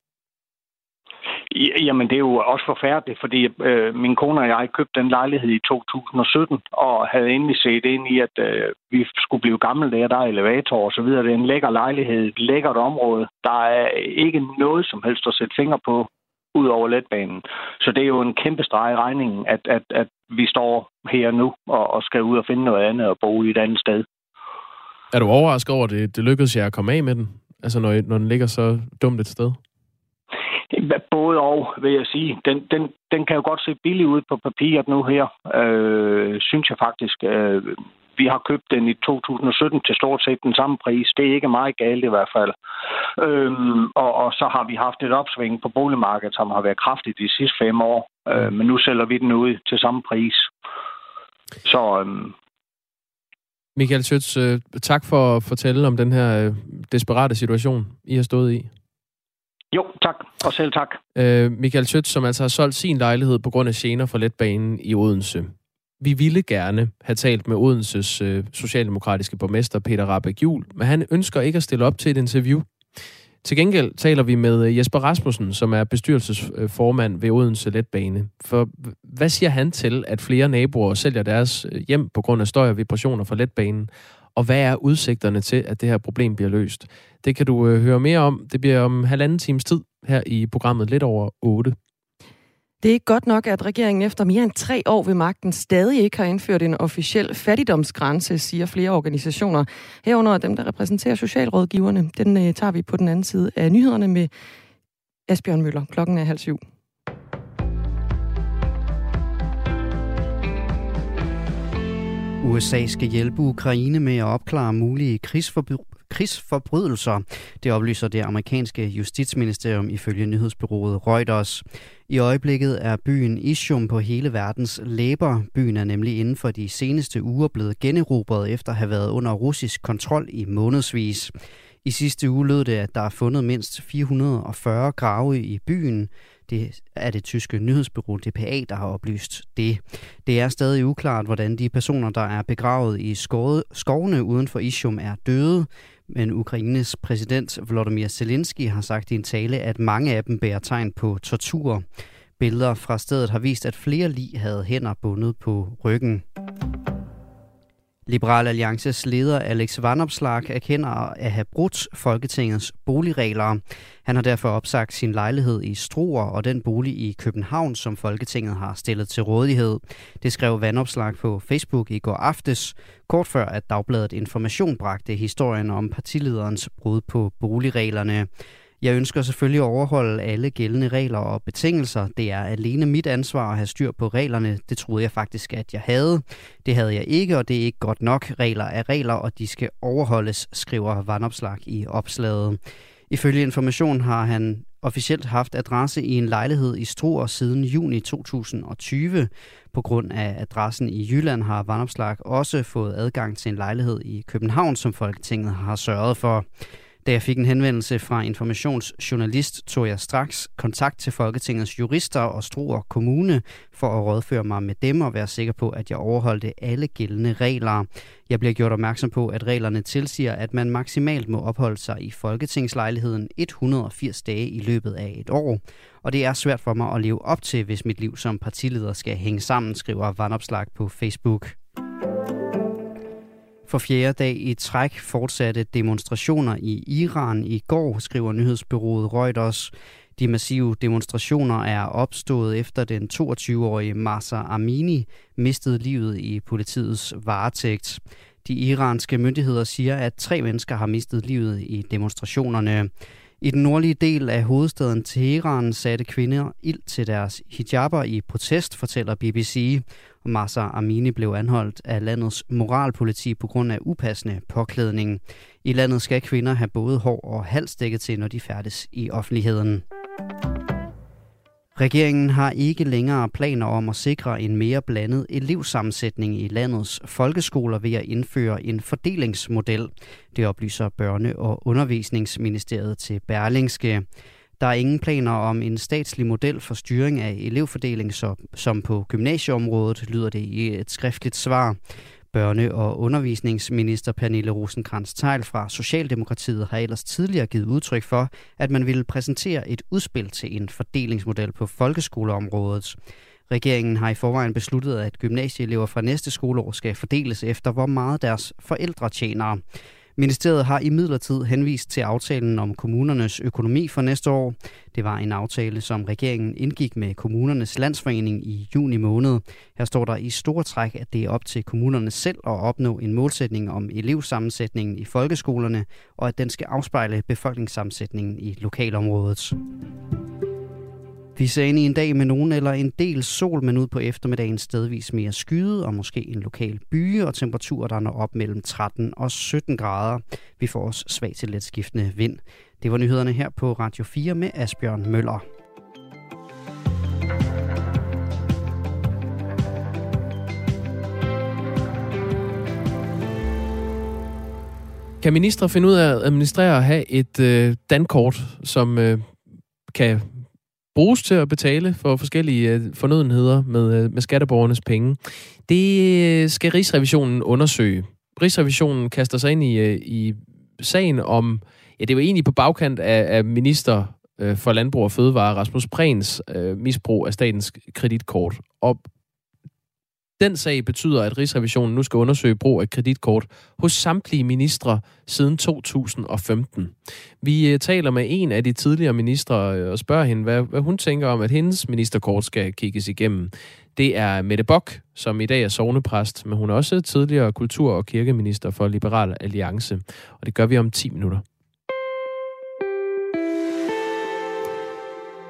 Jamen, det er jo også forfærdeligt, fordi min kone og jeg købte den lejlighed i 2017, og havde endelig set ind i, at vi skulle blive gamle der er elevator og så videre. Det er en lækker lejlighed, et lækkert område. Der er ikke noget som helst at sætte fingre på ud over letbanen. Så det er jo en kæmpe streg i regningen, at vi står her nu og skal ud og finde noget andet og bo i et andet sted. Er du overrasket over, at det lykkedes jer at komme af med den? Altså, når den ligger så dumt et sted? Både og, vil jeg sige. Den kan jo godt se billig ud på papiret nu her, synes jeg faktisk. Vi har købt den i 2017 til stort set den samme pris. Det er ikke meget galt i hvert fald. Og så har vi haft et opsving på boligmarkedet, som har været kraftigt de sidste 5 år. Men nu sælger vi den ud til samme pris. Så... Michael Schøtz, tak for at fortælle om den her desperate situation, I har stået i. Jo, tak. Og selv tak. Michael Schøtz, som altså har solgt sin lejlighed på grund af gener fra letbanen i Odense. Vi ville gerne have talt med Odenses socialdemokratiske borgmester Peter Rahbæk Juhl, men han ønsker ikke at stille op til et interview. Til gengæld taler vi med Jesper Rasmussen, som er bestyrelsesformand ved Odense Letbane. For hvad siger han til, at flere naboer sælger deres hjem på grund af støj og vibrationer fra letbanen? Og hvad er udsigterne til, at det her problem bliver løst? Det kan du høre mere om. Det bliver om 1,5 times tid her i programmet lidt over 8. Det er ikke godt nok, at regeringen efter mere end 3 år ved magten stadig ikke har indført en officiel fattigdomsgrænse, siger flere organisationer. Herunder dem, der repræsenterer socialrådgiverne. Den tager vi på den anden side af nyhederne med Asbjørn Møller. Klokken er 6:30. USA skal hjælpe Ukraine med at opklare mulige krigsforbrydelser. Det oplyser det amerikanske justitsministerium ifølge nyhedsbureauet Reuters. I øjeblikket er byen Izium på hele verdens læber. Byen er nemlig inden for de seneste uger blevet generobret efter at have været under russisk kontrol i månedsvis. I sidste uge lød det, at der er fundet mindst 440 grave i byen. Det er det tyske nyhedsbureau DPA, der har oplyst det. Det er stadig uklart, hvordan de personer, der er begravet i skovene uden for Izium, er døde. Men Ukraines præsident Volodymyr Zelensky har sagt i en tale, at mange af dem bærer tegn på tortur. Billeder fra stedet har vist, at flere lig havde hænder bundet på ryggen. Liberal Alliances leder Alex Vanopslagh erkender at have brudt Folketingets boligregler. Han har derfor opsagt sin lejlighed i Struer og den bolig i København, som Folketinget har stillet til rådighed. Det skrev Vanopslagh på Facebook i går aftes, kort før at Dagbladet Information bragte historien om partilederens brud på boligreglerne. Jeg ønsker selvfølgelig at overholde alle gældende regler og betingelser. Det er alene mit ansvar at have styr på reglerne. Det troede jeg faktisk, at jeg havde. Det havde jeg ikke, og det er ikke godt nok. Regler er regler, og de skal overholdes, skriver Vanopslagh i opslaget. Ifølge Information har han officielt haft adresse i en lejlighed i Struer siden juni 2020. På grund af adressen i Jylland har Vanopslagh også fået adgang til en lejlighed i København, som Folketinget har sørget for. Da jeg fik en henvendelse fra informationsjournalist, tog jeg straks kontakt til Folketingets jurister og Struer Kommune for at rådføre mig med dem og være sikker på, at jeg overholdte alle gældende regler. Jeg bliver gjort opmærksom på, at reglerne tilsiger, at man maksimalt må opholde sig i folketingslejligheden 180 dage i løbet af et år. Og det er svært for mig at leve op til, hvis mit liv som partileder skal hænge sammen, skriver Vanopslagh på Facebook. For fjerde dag i træk fortsatte demonstrationer i Iran i går, skriver nyhedsbureauet Reuters. De massive demonstrationer er opstået efter den 22-årige Mahsa Amini mistede livet i politiets varetægt. De iranske myndigheder siger, at 3 mennesker har mistet livet i demonstrationerne. I den nordlige del af hovedstaden Teheran satte kvinder ild til deres hijaber i protest, fortæller BBC. Mahsa Amini blev anholdt af landets moralpoliti på grund af upassende påklædning. I landet skal kvinder have både hår og hals dækket til, når de færdes i offentligheden. Regeringen har ikke længere planer om at sikre en mere blandet elevsammensætning i landets folkeskoler ved at indføre en fordelingsmodel. Det oplyser Børne- og Undervisningsministeriet til Berlingske. Der er ingen planer om en statslig model for styring af elevfordeling, som på gymnasieområdet, lyder det i et skriftligt svar. Børne- og undervisningsminister Pernille Rosenkrantz-Theil fra Socialdemokratiet har ellers tidligere givet udtryk for, at man ville præsentere et udspil til en fordelingsmodel på folkeskoleområdet. Regeringen har i forvejen besluttet, at gymnasieelever fra næste skoleår skal fordeles efter, hvor meget deres forældre tjener. Ministeriet har imidlertid henvist til aftalen om kommunernes økonomi for næste år. Det var en aftale, som regeringen indgik med Kommunernes Landsforening i juni måned. Her står der i store træk, at det er op til kommunerne selv at opnå en målsætning om elevsammensætningen i folkeskolerne, og at den skal afspejle befolkningssammensætningen i lokalområdet. Vi ser ind i en dag med nogen eller en del sol, men ud på eftermiddagen stedvis mere skyet og måske en lokal byge og temperaturer, der når op mellem 13 og 17 grader. Vi får også svag til let skiftende vind. Det var nyhederne her på Radio 4 med Asbjørn Møller. Kan ministre finde ud af at administrere og have et dankort, som kan bruges til at betale for forskellige fornødenheder med skatteborgernes penge? Det skal Rigsrevisionen undersøge. Rigsrevisionen kaster sig ind i sagen om, ja, det var egentlig på bagkant af minister for Landbrug og Fødevare, Rasmus Prehns misbrug af statens kreditkort. Og den sag betyder, at Rigsrevisionen nu skal undersøge brug af kreditkort hos samtlige ministre siden 2015. Vi taler med en af de tidligere ministre og spørger hende, hvad hun tænker om, at hendes ministerkort skal kigges igennem. Det er Mette Bock, som i dag er sognepræst, men hun er også tidligere kultur- og kirkeminister for Liberal Alliance. Og det gør vi om 10 minutter.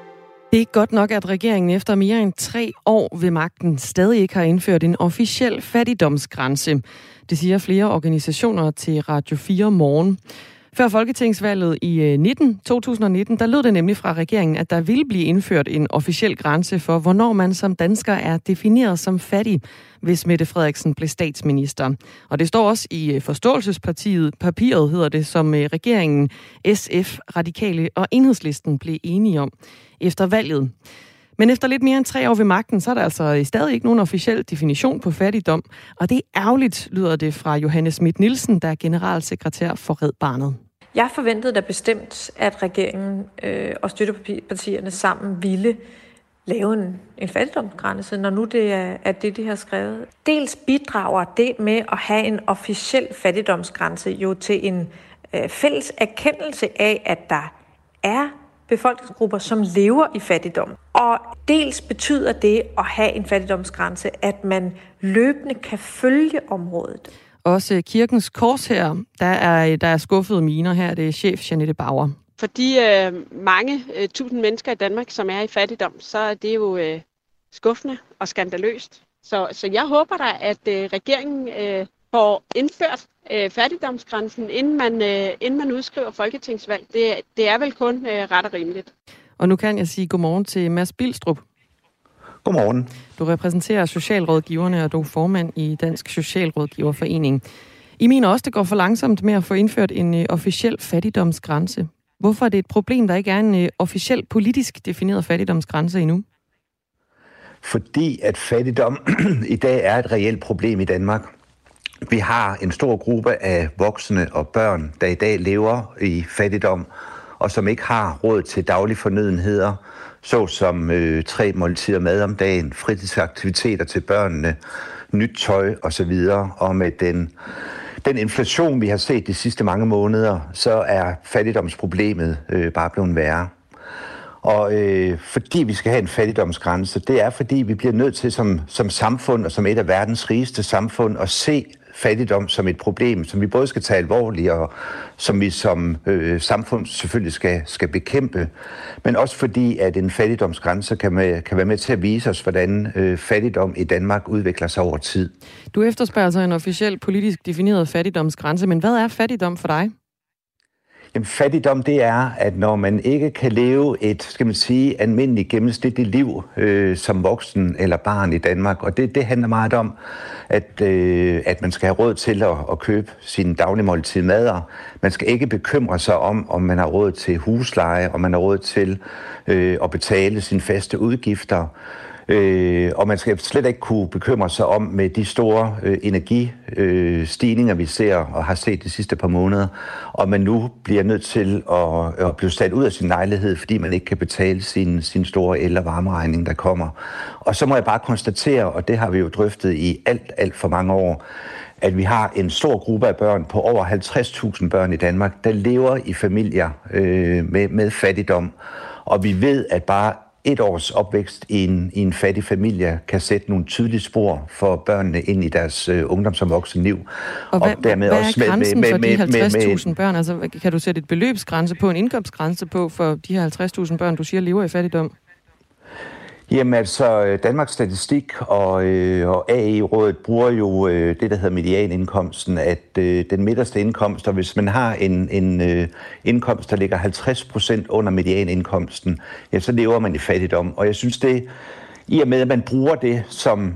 Det er godt nok, at regeringen efter mere end 3 år ved magten stadig ikke har indført en officiel fattigdomsgrænse. Det siger flere organisationer til Radio 4 Morgen. Før folketingsvalget i 2019, der lød det nemlig fra regeringen, at der ville blive indført en officiel grænse for, hvornår man som dansker er defineret som fattig, hvis Mette Frederiksen blev statsminister. Og det står også i papiret hedder det, som regeringen, SF, Radikale og Enhedslisten blev enige om efter valget. Men efter lidt mere end 3 år ved magten, så er der altså stadig ikke nogen officiel definition på fattigdom. Og det er ærgerligt, lyder det fra Johanne Schmidt Nielsen, der er generalsekretær for Red Barnet. Jeg forventede da bestemt, at regeringen og støttepartierne sammen ville lave en fattigdomsgrænse, når nu det er det, de har skrevet. Dels bidrager det med at have en officiel fattigdomsgrænse jo til en fælles erkendelse af, at der er befolkningsgrupper, som lever i fattigdom. Og dels betyder det at have en fattigdomsgrænse, at man løbende kan følge området. Også Kirkens Korshær, der er skuffede miner her, det er chef Jeanette Bauer. For de mange tusind mennesker i Danmark, som er i fattigdom, så er det jo skuffende og skandaløst. Så jeg håber da, at regeringen får indført fattigdomsgrænsen, inden man udskriver folketingsvalg. Det er vel kun ret og rimeligt. Og nu kan jeg sige godmorgen til Mads Bilstrup. Godmorgen. Du repræsenterer socialrådgiverne, og du er formand i Dansk Socialrådgiverforening. I mener også, det går for langsomt med at få indført en officiel fattigdomsgrænse. Hvorfor er det et problem, der ikke er en officiel politisk defineret fattigdomsgrænse endnu? Fordi at fattigdom i dag er et reelt problem i Danmark. Vi har en stor gruppe af voksne og børn, der i dag lever i fattigdom, og som ikke har råd til daglige fornødenheder, såsom 3 måltider mad om dagen, fritidsaktiviteter til børnene, nyt tøj osv. Og med den inflation, vi har set de sidste mange måneder, så er fattigdomsproblemet bare blevet værre. Og fordi vi skal have en fattigdomsgrænse, det er fordi vi bliver nødt til som samfund og som et af verdens rigeste samfund at se fattigdom som et problem, som vi både skal tage alvorligt og som vi som samfund selvfølgelig skal bekæmpe, men også fordi at en fattigdomsgrænse kan være med til at vise os, hvordan fattigdom i Danmark udvikler sig over tid. Du efterspørger altså en officiel politisk defineret fattigdomsgrænse, men hvad er fattigdom for dig? Jamen, fattigdom, det er, at når man ikke kan leve et, almindeligt gennemsnitligt liv som voksen eller barn i Danmark, og det handler meget om, at man skal have råd til at købe sin daglige måltid mad. Man skal ikke bekymre sig om man har råd til husleje, om man har råd til at betale sine faste udgifter. Og man skal slet ikke kunne bekymre sig om med de store energistigninger, vi ser og har set de sidste par måneder, og man nu bliver nødt til at blive sat ud af sin lejlighed, fordi man ikke kan betale sin store el- og varmeregning, der kommer. Og så må jeg bare konstatere, og det har vi jo drøftet i alt for mange år, at vi har en stor gruppe af børn på over 50.000 børn i Danmark, der lever i familier med fattigdom. Og vi ved, at bare 1 års opvækst i en fattig familie kan sætte nogle tydelige spor for børnene ind i deres ungdoms- og voksenliv. Og hvad er grænsen for de 50.000 børn? Altså, kan du sætte et beløbsgrænse på, en indkomstgrænse på for de her 50.000 børn, du siger lever i fattigdom? Jamen altså, Danmarks Statistik og AI-rådet bruger jo det, der hedder medianindkomsten, at den midterste indkomst, og hvis man har en indkomst, der ligger 50% under medianindkomsten, ja, så lever man i fattigdom. Og jeg synes, det i og med, at man bruger det som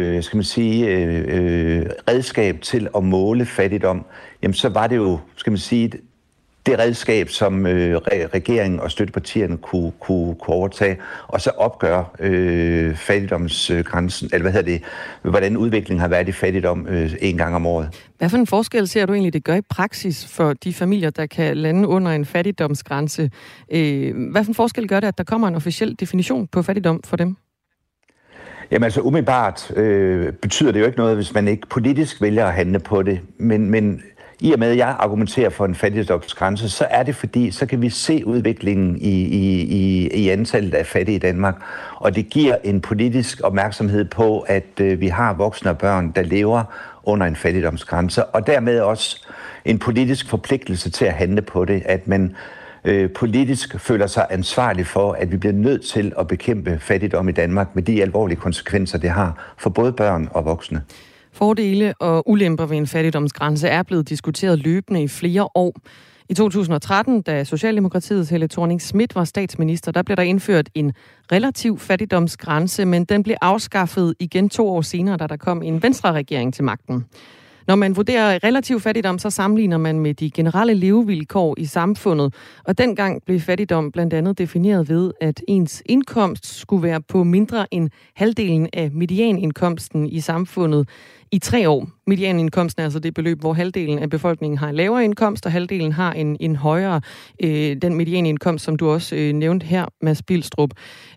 redskab til at måle fattigdom, jamen så var det jo, det redskab, som regeringen og støttepartierne kunne overtage, og så opgøre fattigdomsgrænsen, eller hvordan udviklingen har været i fattigdom en gang om året. Hvad for en forskel ser du egentlig, det gør i praksis for de familier, der kan lande under en fattigdomsgrænse? Hvad for en forskel gør det, at der kommer en officiel definition på fattigdom for dem? Jamen altså umiddelbart betyder det jo ikke noget, hvis man ikke politisk vælger at handle på det, men i og med, at jeg argumenterer for en fattigdomsgrænse, så er det fordi, så kan vi se udviklingen i antallet af fattige i Danmark. Og det giver en politisk opmærksomhed på, at vi har voksne og børn, der lever under en fattigdomsgrænse. Og dermed også en politisk forpligtelse til at handle på det, at man politisk føler sig ansvarlig for, at vi bliver nødt til at bekæmpe fattigdom i Danmark med de alvorlige konsekvenser, det har for både børn og voksne. Fordele og ulemper ved en fattigdomsgrænse er blevet diskuteret løbende i flere år. I 2013, da Socialdemokratiets Helle Thorning-Schmidt var statsminister, der blev der indført en relativ fattigdomsgrænse, men den blev afskaffet igen 2 år senere, da der kom en Venstre-regering til magten. Når man vurderer relativ fattigdom, så sammenligner man med de generelle levevilkår i samfundet. Og dengang blev fattigdom blandt andet defineret ved, at ens indkomst skulle være på mindre end halvdelen af medianindkomsten i samfundet i 3 år. Medianindkomsten er altså det beløb, hvor halvdelen af befolkningen har en lavere indkomst, og halvdelen har en højere, den medianindkomst, som du også nævnte her, Mads Bilstrup.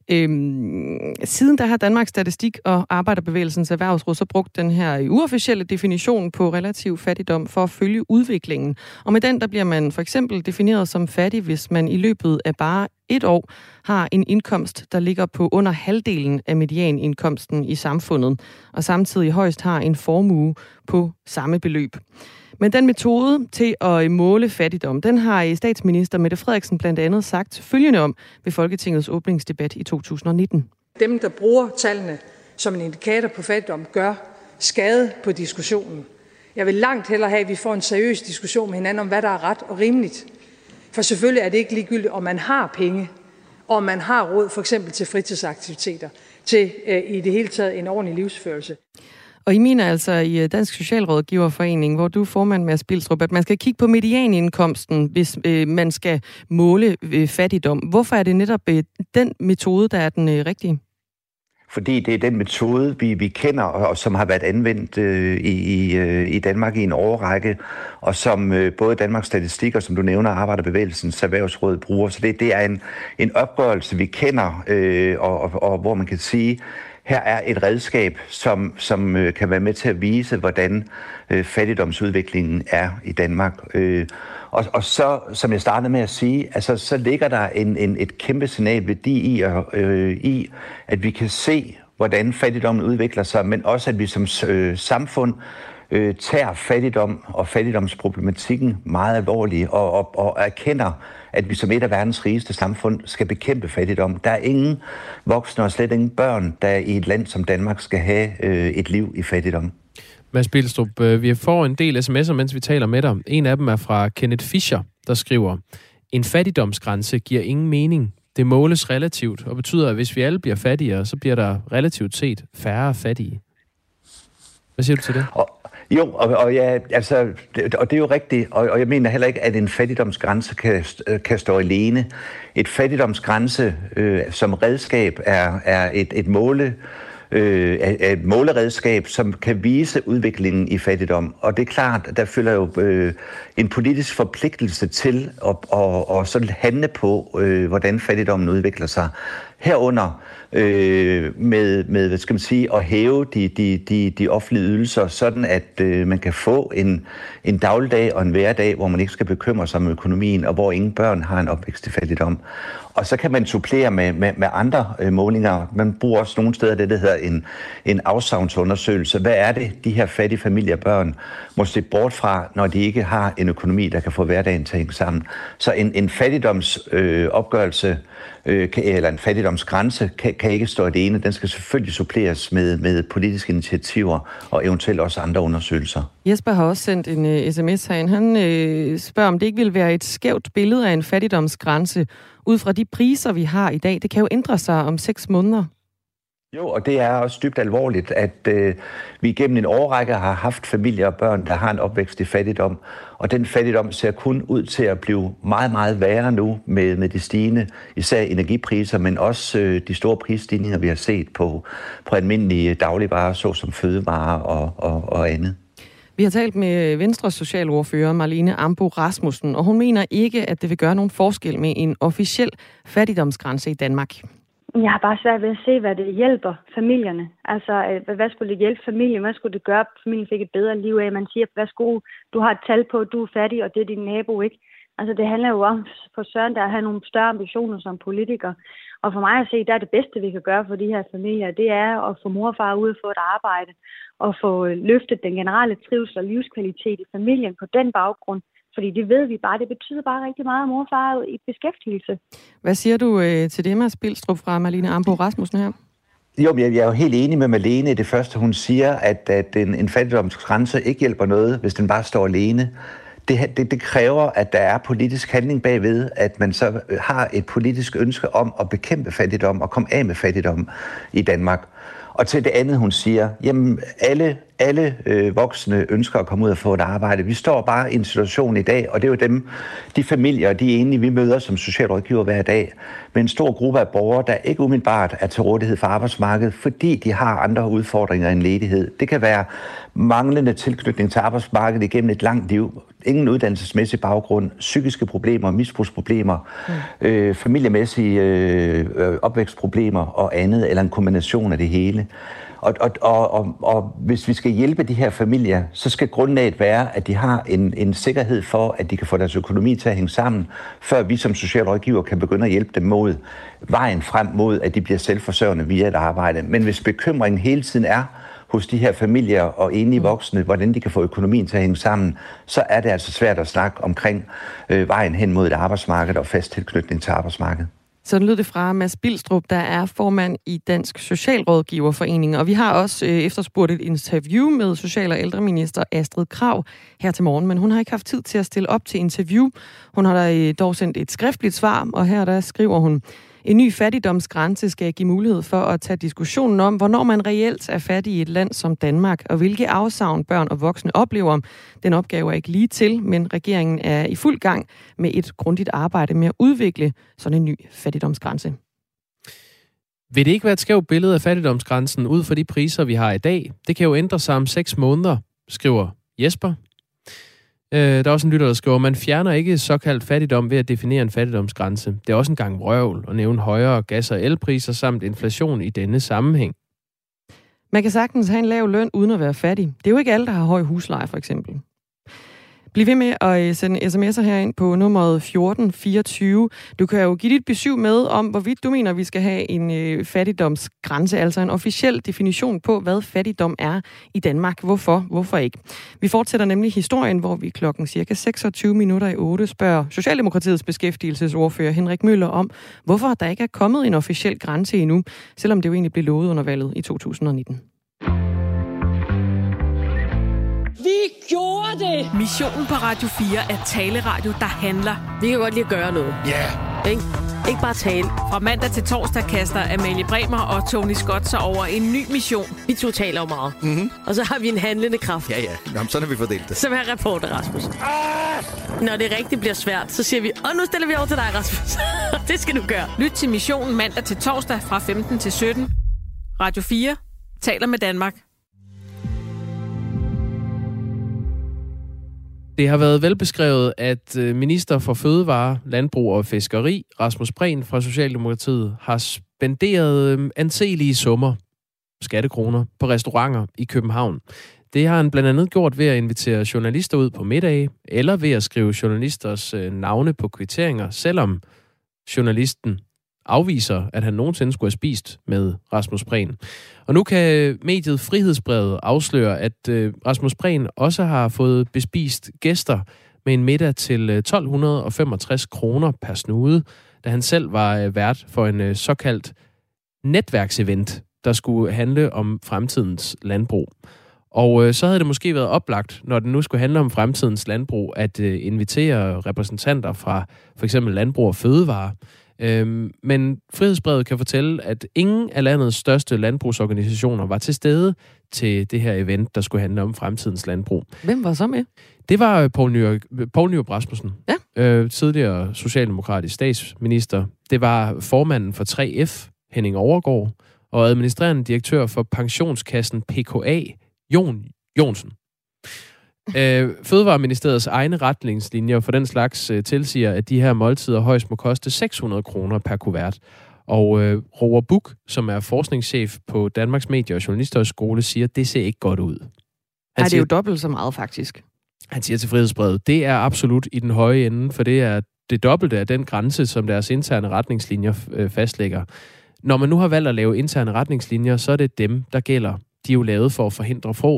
Siden der har Danmarks Statistik og Arbejderbevægelsens Erhvervsråd så brugt den her uofficielle definition på relativ fattigdom for at følge udviklingen. Og med den, der bliver man for eksempel defineret som fattig, hvis man i løbet af bare 1 år har en indkomst, der ligger på under halvdelen af medianindkomsten i samfundet, og samtidig højst har en formue på samme beløb. Men den metode til at måle fattigdom, den har statsminister Mette Frederiksen blandt andet sagt følgende om ved Folketingets åbningsdebat i 2019. Dem, der bruger tallene som en indikator på fattigdom, gør skade på diskussionen. Jeg vil langt hellere have, at vi får en seriøs diskussion med hinanden om, hvad der er ret og rimeligt. For selvfølgelig er det ikke ligegyldigt, om man har penge, og om man har råd for eksempel til fritidsaktiviteter, til i det hele taget en ordentlig livsførelse. Og I mener altså i Dansk Socialrådgiverforening, hvor du er formand, Mads Bilstrup, at man skal kigge på medianindkomsten, hvis man skal måle fattigdom. Hvorfor er det netop den metode, der er den rigtige? Fordi det er den metode, vi kender, og som har været anvendt i Danmark i en årrække, og som både Danmarks Statistik og, som du nævner, Arbejderbevægelsens Erhvervsråd bruger. Så det er en opgørelse, vi kender, og hvor man kan sige, her er et redskab, som kan være med til at vise, hvordan fattigdomsudviklingen er i Danmark. Og så, som jeg startede med at sige, altså, så ligger der et kæmpe signalværdi i, at vi kan se, hvordan fattigdommen udvikler sig, men også, at vi som samfund tager fattigdom og fattigdomsproblematikken meget alvorligt og erkender, at vi som et af verdens rigeste samfund skal bekæmpe fattigdom. Der er ingen voksne og slet ingen børn, der i et land som Danmark skal have et liv i fattigdom. Mads Bilstrup, vi får en del sms'er, mens vi taler med dig. En af dem er fra Kenneth Fischer, der skriver: En fattigdomsgrænse giver ingen mening. Det måles relativt og betyder, at hvis vi alle bliver fattigere, så bliver der relativt set færre fattige. Hvad siger du til det? Og det er jo rigtigt, og jeg mener heller ikke, at en fattigdomsgrænse kan stå alene. Et fattigdomsgrænse som redskab er et måleredskab, som kan vise udviklingen i fattigdom. Og det er klart, at der følger jo en politisk forpligtelse til at sådan handle på, hvordan fattigdommen udvikler sig. Herunder med hvad skal man sige, at hæve de offentlige ydelser, sådan at man kan få en dagligdag og en hverdag, hvor man ikke skal bekymre sig om økonomien, og hvor ingen børn har en opvækst i fattigdom. Og så kan man supplere med andre målinger. Man bruger også nogle steder det, der hedder en afsavnsundersøgelse. Hvad er det, de her fattige familier og børn må se bort fra, når de ikke har en økonomi, der kan få hverdagen til at hænge sammen? Så en fattigdomsopgørelse eller en fattigdomsgrænse kan ikke stå alene. Den skal selvfølgelig suppleres med politiske initiativer og eventuelt også andre undersøgelser. Jesper har også sendt en sms herind. Han spørger, om det ikke vil være et skævt billede af en fattigdomsgrænse ud fra de priser, vi har i dag. Det kan jo ændre sig om 6 måneder. Jo, og det er også dybt alvorligt, at vi gennem en årrække har haft familier og børn, der har en opvækst i fattigdom. Og den fattigdom ser kun ud til at blive meget, meget værre nu med de stigende, især energipriser, men også de store prisstigninger, vi har set på almindelige dagligvarer, såsom fødevarer og andet. Vi har talt med Venstres socialordfører Marlene Ambo-Rasmussen, og hun mener ikke, at det vil gøre nogen forskel med en officiel fattigdomsgrænse i Danmark. Jeg har bare svært ved at se, hvad det hjælper familierne. Altså, hvad skulle det hjælpe familien? Hvad skulle det gøre, at familien fik et bedre liv af? Man siger, du har et tal på, at du er fattig, og det er din nabo, ikke? Altså, det handler jo om for søren, der at have nogle større ambitioner som politiker. Og for mig at se, der er det bedste, vi kan gøre for de her familier, det er at få mor og far ud og få et arbejde, og få løftet den generelle trivsel og livskvalitet i familien på den baggrund. Fordi det ved vi bare, det betyder bare rigtig meget, at mor og far er i beskæftigelse. Hvad siger du til det, Mads Bilstrup fra Marlene Ambo-Rasmussen her? Jo, men jeg er jo helt enig med Marlene i det første. Hun siger, at en fattigdomsgrænse ikke hjælper noget, hvis den bare står alene. Det kræver, at der er politisk handling bagved, at man så har et politisk ønske om at bekæmpe fattigdom og komme af med fattigdom i Danmark. Og til det andet, hun siger, jamen alle voksne ønsker at komme ud og få et arbejde. Vi står bare i en situation i dag, og det er jo de familier, de enlige, vi møder som socialrådgiver hver dag, med en stor gruppe af borgere, der ikke umiddelbart er til rådighed for arbejdsmarkedet, fordi de har andre udfordringer end ledighed. Det kan være manglende tilknytning til arbejdsmarkedet igennem et langt liv, ingen uddannelsesmæssig baggrund, psykiske problemer, misbrugsproblemer, familiemæssige opvækstproblemer og andet, eller en kombination af det hele. Og hvis vi skal hjælpe de her familier, så skal grundlaget være, at de har en sikkerhed for, at de kan få deres økonomi til at hænge sammen, før vi som socialrådgiver kan begynde at hjælpe dem mod vejen frem mod, at de bliver selvforsørgende via et arbejde. Men hvis bekymringen hele tiden er hos de her familier og enlige voksne, hvordan de kan få økonomien til at hænge sammen, så er det altså svært at snakke omkring vejen hen mod et arbejdsmarked og fast tilknytning til arbejdsmarkedet. Sådan lød det fra Mads Bilstrup, der er formand i Dansk Socialrådgiverforening. Og vi har også efterspurgt et interview med social- og ældreminister Astrid Krag her til morgen, men hun har ikke haft tid til at stille op til interview. Hun har dog sendt et skriftligt svar, og her der skriver hun: en ny fattigdomsgrænse skal give mulighed for at tage diskussionen om, hvornår man reelt er fattig i et land som Danmark, og hvilke afsavn børn og voksne oplever. Den opgave er ikke lige til, men regeringen er i fuld gang med et grundigt arbejde med at udvikle sådan en ny fattigdomsgrænse. Vil det ikke være et skævt billede af fattigdomsgrænsen ud fra de priser, vi har i dag? Det kan jo ændre sig om 6 måneder, skriver Jesper. Der er også en lytter, der skriver, man fjerner ikke såkaldt fattigdom ved at definere en fattigdomsgrænse. Det er også en gang vrøvl at nævne højere gas- og elpriser samt inflation i denne sammenhæng. Man kan sagtens have en lav løn uden at være fattig. Det er jo ikke alle, der har høj husleje, for eksempel. Bliv ved med at sende sms'er herind på nummeret 1424. Du kan jo give dit besøg med om, hvorvidt du mener, vi skal have en fattigdomsgrænse, altså en officiel definition på, hvad fattigdom er i Danmark. Hvorfor ikke? Vi fortsætter nemlig historien, hvor vi klokken cirka 8:26 spørger Socialdemokratiets beskæftigelsesordfører Henrik Møller om, hvorfor der ikke er kommet en officiel grænse endnu, selvom det jo egentlig blev lovet under valget i 2019. Vi gjorde det! Missionen på Radio 4 er taleradio, der handler. Vi kan godt lide at gøre noget. Ja. Yeah. Ikke bare tale. Fra mandag til torsdag kaster Amalie Bremer og Tony Scott sig over en ny mission. Vi to taler jo meget. Mm-hmm. Og så har vi en handlende kraft. Ja. Jamen, sådan har vi fordelt det. Som er reporter, Rasmus. Når det rigtig bliver svært, så siger vi, og nu stiller vi over til dig, Rasmus. Det skal du gøre. Lyt til missionen mandag til torsdag fra 15 til 17. Radio 4 taler med Danmark. Det har været velbeskrevet, at minister for Fødevare, Landbrug og Fiskeri, Rasmus Prehn fra Socialdemokratiet, har spenderet anselige summer, skattekroner, på restauranter i København. Det har han blandt andet gjort ved at invitere journalister ud på middage, eller ved at skrive journalisters navne på kvitteringer, selvom journalisten afviser, at han nogensinde skulle have spist med Rasmus Prehn. Og nu kan mediet Frihedsbrevet afsløre, at Rasmus Prehn også har fået bespist gæster med en middag til 1265 kroner per snude, da han selv var vært for en såkaldt netværksevent, der skulle handle om fremtidens landbrug. Og så havde det måske været oplagt, når det nu skulle handle om fremtidens landbrug, at invitere repræsentanter fra for eksempel Landbrug og Fødevare. Men Frihedsbrevet kan fortælle, at ingen af landets største landbrugsorganisationer var til stede til det her event, der skulle handle om fremtidens landbrug. Hvem var så med? Det var Poul Nyrup Rasmussen, tidligere socialdemokratisk statsminister. Det var formanden for 3F, Henning Overgaard, og administrerende direktør for pensionskassen PKA, Jon Jonsen. Fødevareministeriets egne retningslinjer for den slags tilsiger, at de her måltider højst må koste 600 kroner per kuvert. Og Roar Buch, som er forskningschef på Danmarks Medie- og Journalisthøjskole, siger, at det ser ikke godt ud. Det er jo dobbelt så meget, faktisk. Han siger til Frihedsbrevet, det er absolut i den høje ende, for det er det dobbelte af den grænse, som deres interne retningslinjer fastlægger. Når man nu har valgt at lave interne retningslinjer, så er det dem, der gælder. De er jo lavet for at forhindre frås.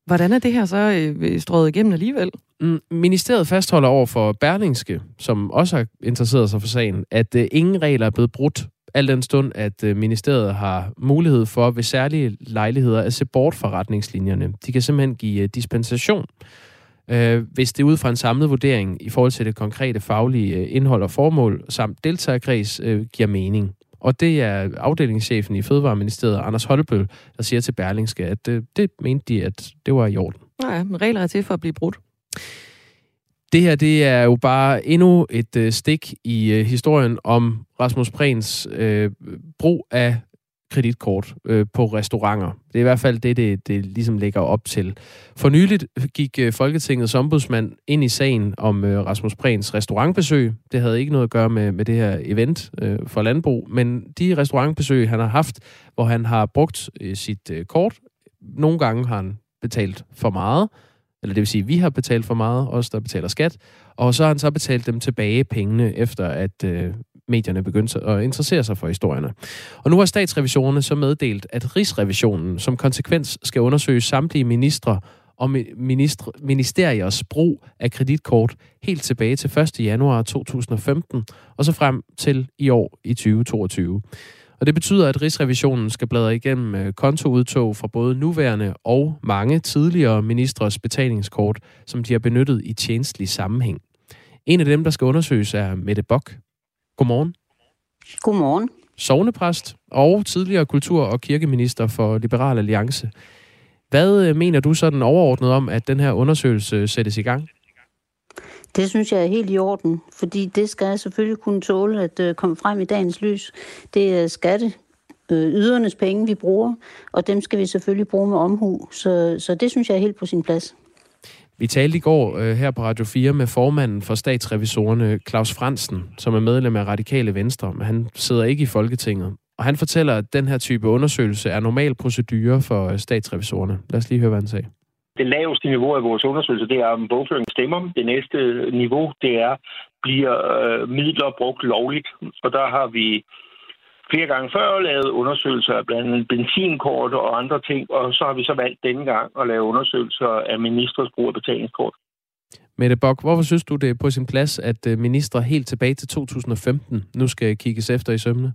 Hvordan er det her så strøget igennem alligevel? Ministeriet fastholder over for Berlingske, som også har interesseret sig for sagen, at ingen regler er blevet brudt, al den stund, at ministeriet har mulighed for ved særlige lejligheder at se bort fra retningslinjerne. De kan simpelthen give dispensation, hvis det ud fra en samlet vurdering i forhold til det konkrete faglige indhold og formål samt deltagerkreds giver mening. Og det er afdelingschefen i Fødevareministeriet, Anders Holbøl, der siger til Berlingske, at det mente de, at det var i orden. Ja, men regler er til for at blive brudt. Det her, det er jo bare endnu et stik i historien om Rasmus Prehns brug af kreditkort på restauranter. Det er i hvert fald det ligesom lægger op til. For nyligt gik Folketingets ombudsmand ind i sagen om Rasmus Prehns restaurantbesøg. Det havde ikke noget at gøre med det her event for landbrug, men de restaurantbesøg, han har haft, hvor han har brugt sit kort. Nogle gange har han betalt for meget, eller det vil sige, at vi har betalt for meget, os der betaler skat, og så har han så betalt dem tilbage pengene, efter at medierne begyndte at interessere sig for historierne. Og nu har statsrevisorerne så meddelt, at Rigsrevisionen som konsekvens skal undersøge samtlige ministre og ministeriers brug af kreditkort helt tilbage til 1. januar 2015, og så frem til i år i 2022. Og det betyder, at Rigsrevisionen skal bladre igennem kontoudtog fra både nuværende og mange tidligere ministres betalingskort, som de har benyttet i tjenestlig sammenhæng. En af dem, der skal undersøges, er Mette Bock. Godmorgen. Godmorgen. Sognepræst og tidligere kultur- og kirkeminister for Liberal Alliance. Hvad mener du sådan overordnet om, at den her undersøgelse sættes i gang? Det synes jeg er helt i orden, fordi det skal selvfølgelig kunne tåle at komme frem i dagens lys. Det er ydernes penge, vi bruger, og dem skal vi selvfølgelig bruge med omhu. Så det synes jeg er helt på sin plads. Vi talte i går her på Radio 4 med formanden for statsrevisorerne, Claus Fransen, som er medlem af Radikale Venstre, men han sidder ikke i Folketinget. Og han fortæller, at den her type undersøgelse er normal procedure for statsrevisorerne. Lad os lige høre, hvad han sagde. Det laveste niveau af vores undersøgelse, det er, om bogføring stemmer. Det næste niveau, det er, bliver midler brugt lovligt. Og der har vi flere gange før lavet undersøgelser af blandt andet benzinkort og andre ting. Og så har vi så valgt denne gang at lave undersøgelser af ministres brug af betalingskort. Mette Bock, hvorfor synes du, det er på sin plads, at ministre helt tilbage til 2015 nu skal kigges efter i sømmene?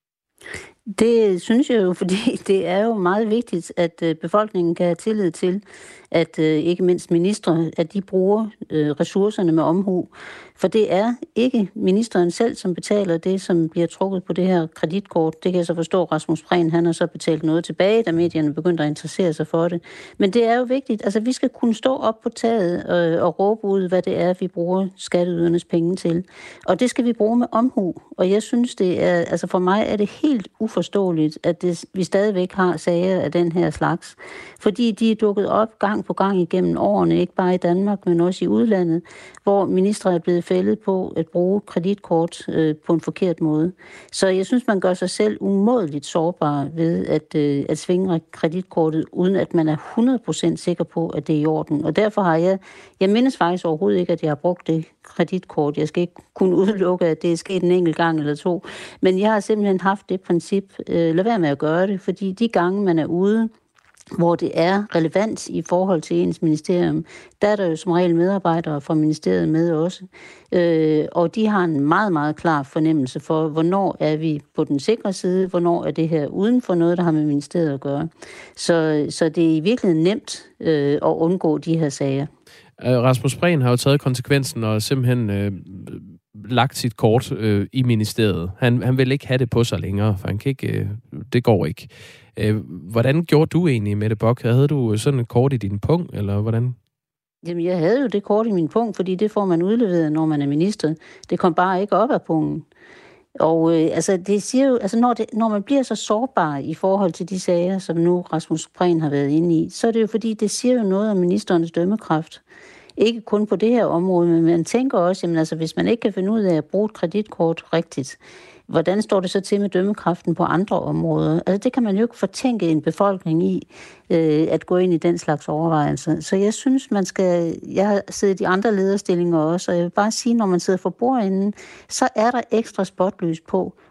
Det synes jeg jo, fordi det er jo meget vigtigt, at befolkningen kan have tillid til, at ikke mindst ministre, at de bruger ressourcerne med omhu. For det er ikke ministeren selv, som betaler det, som bliver trukket på det her kreditkort. Det kan jeg så forstå, Rasmus Prehn, han har så betalt noget tilbage, da medierne begyndte at interessere sig for det. Men det er jo vigtigt. Altså, vi skal kunne stå op på taget og råbe ud, hvad det er, vi bruger skatteydernes penge til. Og det skal vi bruge med omhu. Og jeg synes, det er, altså for mig er det helt uforståeligt, at vi stadigvæk har sager af den her slags. Fordi de er dukket op gang på gang igennem årene, ikke bare i Danmark, men også i udlandet, hvor ministre er blevet fældet på at bruge kreditkort på en forkert måde. Så jeg synes, man gør sig selv umådeligt sårbar ved at svinge kreditkortet, uden at man er 100% sikker på, at det er i orden. Og derfor har jeg mindes faktisk overhovedet ikke, at jeg har brugt det kreditkort. Jeg skal ikke kunne udelukke, at det er sket en enkelt gang eller to. Men jeg har simpelthen haft det princip, lad være med at gøre det, fordi de gange, man er ude, hvor det er relevant i forhold til ens ministerium, der er der jo som regel medarbejdere fra ministeriet med også. Og de har en meget, meget klar fornemmelse for, hvornår er vi på den sikre side, hvornår er det her uden for noget, der har med ministeriet at gøre. Så det er i virkeligheden nemt at undgå de her sager. Rasmus Prehn har jo taget konsekvensen og simpelthen lagt sit kort i ministeriet. Han vil ikke have det på sig længere, for han kan ikke, det går ikke. Hvordan gjorde du egentlig, Mette Bock? Havde du sådan et kort i din punkt, eller hvordan? Jamen, jeg havde jo det kort i min punkt, fordi det får man udleveret, når man er minister. Det kom bare ikke op af punkten. Og det siger jo, når man bliver så sårbar i forhold til de sager, som nu Rasmus Prehn har været inde i, så er det jo fordi, det siger jo noget om ministerens dømmekraft. Ikke kun på det her område, men man tænker også, jamen hvis man ikke kan finde ud af at bruge et kreditkort rigtigt, hvordan står det så til med dømmekraften på andre områder? Altså det kan man jo ikke fortænke en befolkning i, at gå ind i den slags overvejelser. Så jeg synes, jeg har siddet i andre lederstillinger også, og jeg vil bare sige, når man sidder for bordenden, så er der ekstra spotlys på,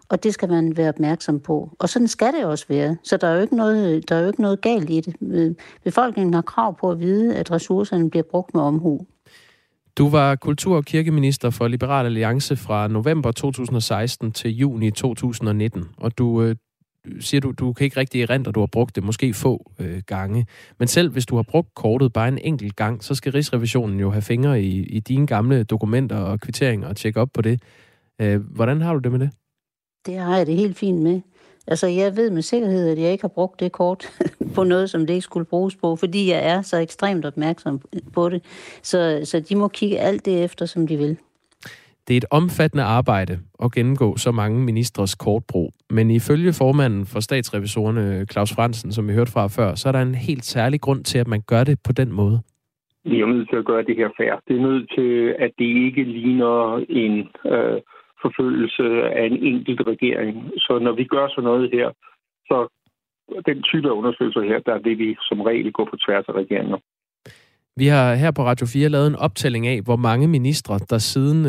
Og det skal man være opmærksom på. Og sådan skal det også være. Så der er jo ikke noget galt i det. Befolkningen har krav på at vide, at ressourcerne bliver brugt med omhu. Du var kultur- og kirkeminister for Liberal Alliance fra november 2016 til juni 2019. Og du siger, du kan ikke rigtig erindre, du har brugt det måske få gange. Men selv hvis du har brugt kortet bare en enkelt gang, så skal Rigsrevisionen jo have fingre i dine gamle dokumenter og kvitteringer og tjekke op på det. Hvordan har du det med det? Det har jeg det helt fint med. Altså, jeg ved med sikkerhed, at jeg ikke har brugt det kort på noget, som det ikke skulle bruges på, fordi jeg er så ekstremt opmærksom på det. Så de må kigge alt det efter, som de vil. Det er et omfattende arbejde at gennemgå så mange ministres kortbrug. Men ifølge formanden for statsrevisorerne, Claus Frandsen, som vi hørte fra før, så er der en helt særlig grund til, at man gør det på den måde. Vi er nødt til at gøre det her fair. Det er nødt til, at det ikke ligner en forfølgelse af en enkelt regering. Så når vi gør sådan noget her, så den type af undersøgelser her, der vil vi som regel gå på tværs af regeringer. Vi har her på Radio 4 lavet en optælling af, hvor mange ministre, der siden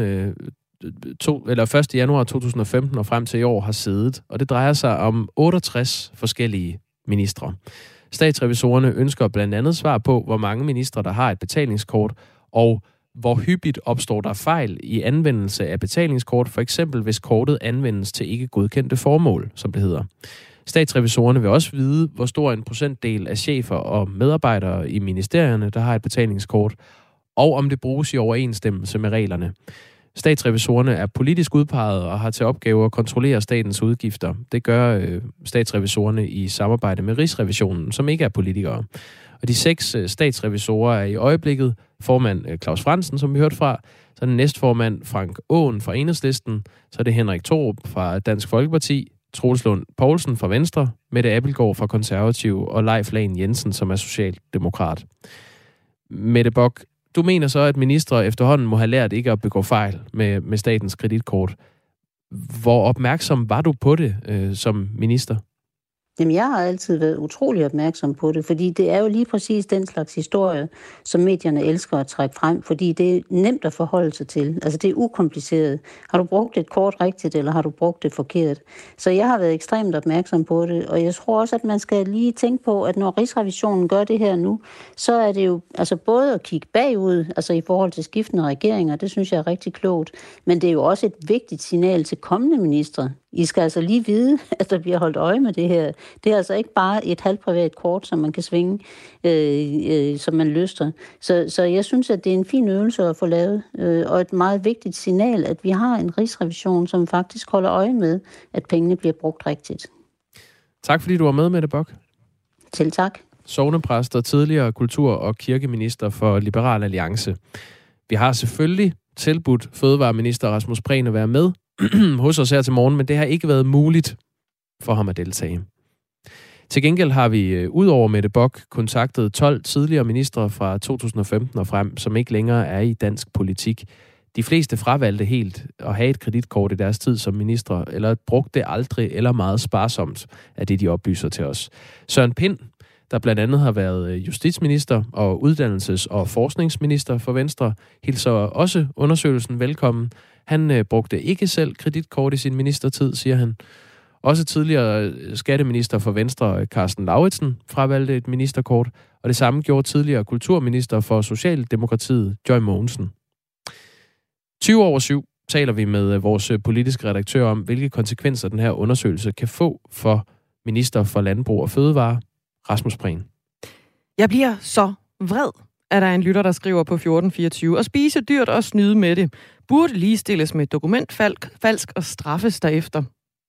1. januar 2015 og frem til i år har siddet. Og det drejer sig om 68 forskellige ministre. Statsrevisorerne ønsker blandt andet svar på, hvor mange ministre, der har et betalingskort, og hvor hyppigt opstår der fejl i anvendelse af betalingskort, for eksempel hvis kortet anvendes til ikke godkendte formål, som det hedder. Statsrevisorerne vil også vide, hvor stor en procentdel af chefer og medarbejdere i ministerierne, der har et betalingskort, og om det bruges i overensstemmelse med reglerne. Statsrevisorerne er politisk udpeget og har til opgave at kontrollere statens udgifter. Det gør statsrevisorerne i samarbejde med Rigsrevisionen, som ikke er politikere. Og de 6 statsrevisorer er i øjeblikket formand Claus Frandsen, som vi hørte fra, så er den næstformand Frank Aaen fra Enhedslisten, så er det Henrik Thorup fra Dansk Folkeparti, Troels Lund Poulsen fra Venstre, Mette Abildgaard fra Konservative og Leif Lahn Jensen, som er socialdemokrat. Mette Bock, du mener så, at ministre efterhånden må have lært ikke at begå fejl med statens kreditkort. Hvor opmærksom var du på det som minister? Jamen, jeg har altid været utrolig opmærksom på det, fordi det er jo lige præcis den slags historie, som medierne elsker at trække frem, fordi det er nemt at forholde sig til. Altså, det er ukompliceret. Har du brugt et kort rigtigt, eller har du brugt det forkert? Så jeg har været ekstremt opmærksom på det, og jeg tror også, at man skal lige tænke på, at når Rigsrevisionen gør det her nu, så er det jo altså både at kigge bagud, altså i forhold til skiftende regeringer, det synes jeg er rigtig klogt, men det er jo også et vigtigt signal til kommende ministre. I skal altså lige vide, at der bliver holdt øje med det her. Det er altså ikke bare et halvprivat kort, som man kan svinge, som man lyster. Så jeg synes, at det er en fin øvelse at få lavet, og et meget vigtigt signal, at vi har en rigsrevision, som faktisk holder øje med, at pengene bliver brugt rigtigt. Tak fordi du var med, Mette Bock. Til tak. Sognepræst og tidligere kultur- og kirkeminister for Liberal Alliance. Vi har selvfølgelig tilbudt fødevareminister Rasmus Prehn at være med hos os her til morgen, men det har ikke været muligt for ham at deltage. Til gengæld har vi udover Mette Bock kontaktet 12 tidligere ministre fra 2015 og frem, som ikke længere er i dansk politik. De fleste fravalgte helt at have et kreditkort i deres tid som ministre, eller brugte det aldrig eller meget sparsomt, af det de oplyser til os. Søren Pind, der blandt andet har været justitsminister og uddannelses- og forskningsminister for Venstre, hilser også undersøgelsen velkommen. Han brugte ikke selv kreditkort i sin ministertid, siger han. Også tidligere skatteminister for Venstre, Karsten Lauritsen, fravalgte et ministerkort, og det samme gjorde tidligere kulturminister for Socialdemokratiet, Joy Mogensen. 7:20 taler vi med vores politiske redaktør om, hvilke konsekvenser den her undersøgelse kan få for minister for Landbrug og Fødevare, Rasmus Prehn. Jeg bliver så vred, at der er en lytter, der skriver på 1424, og spise dyrt og snyde med det burde ligestilles med dokumentfalsk og straffes derefter.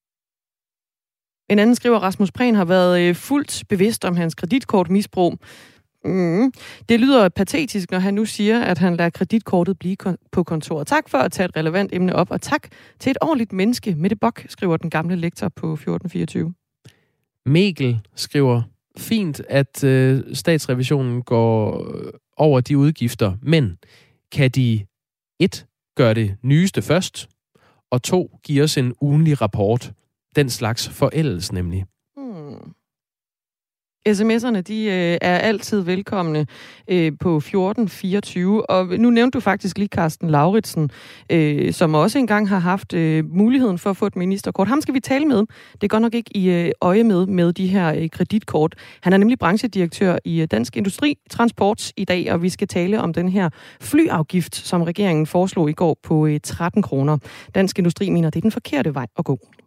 En anden skriver, at Rasmus Prehn har været fuldt bevidst om hans kreditkortmisbrug. Det lyder patetisk, når han nu siger, at han lader kreditkortet blive på kontoret. Tak for at tage et relevant emne op, og tak til et ordentligt menneske, Mette Bock, skriver den gamle lektor på 1424. Mikkel skriver, fint, at statsrevisionen går over de udgifter, men kan de 1. gøre det nyeste først, og 2. give os en ugenlig rapport? Den slags forældes nemlig. SMS'erne, de er altid velkomne på 1424. Og nu nævnte du faktisk lige Carsten Lauritsen, som også engang har haft muligheden for at få et ministerkort. Ham skal vi tale med. Det er godt nok ikke i øje med de her kreditkort. Han er nemlig branchedirektør i Dansk Industri Transport i dag, og vi skal tale om den her flyafgift, som regeringen foreslog i går på 13 kroner. Dansk Industri mener, det er den forkerte vej at gå.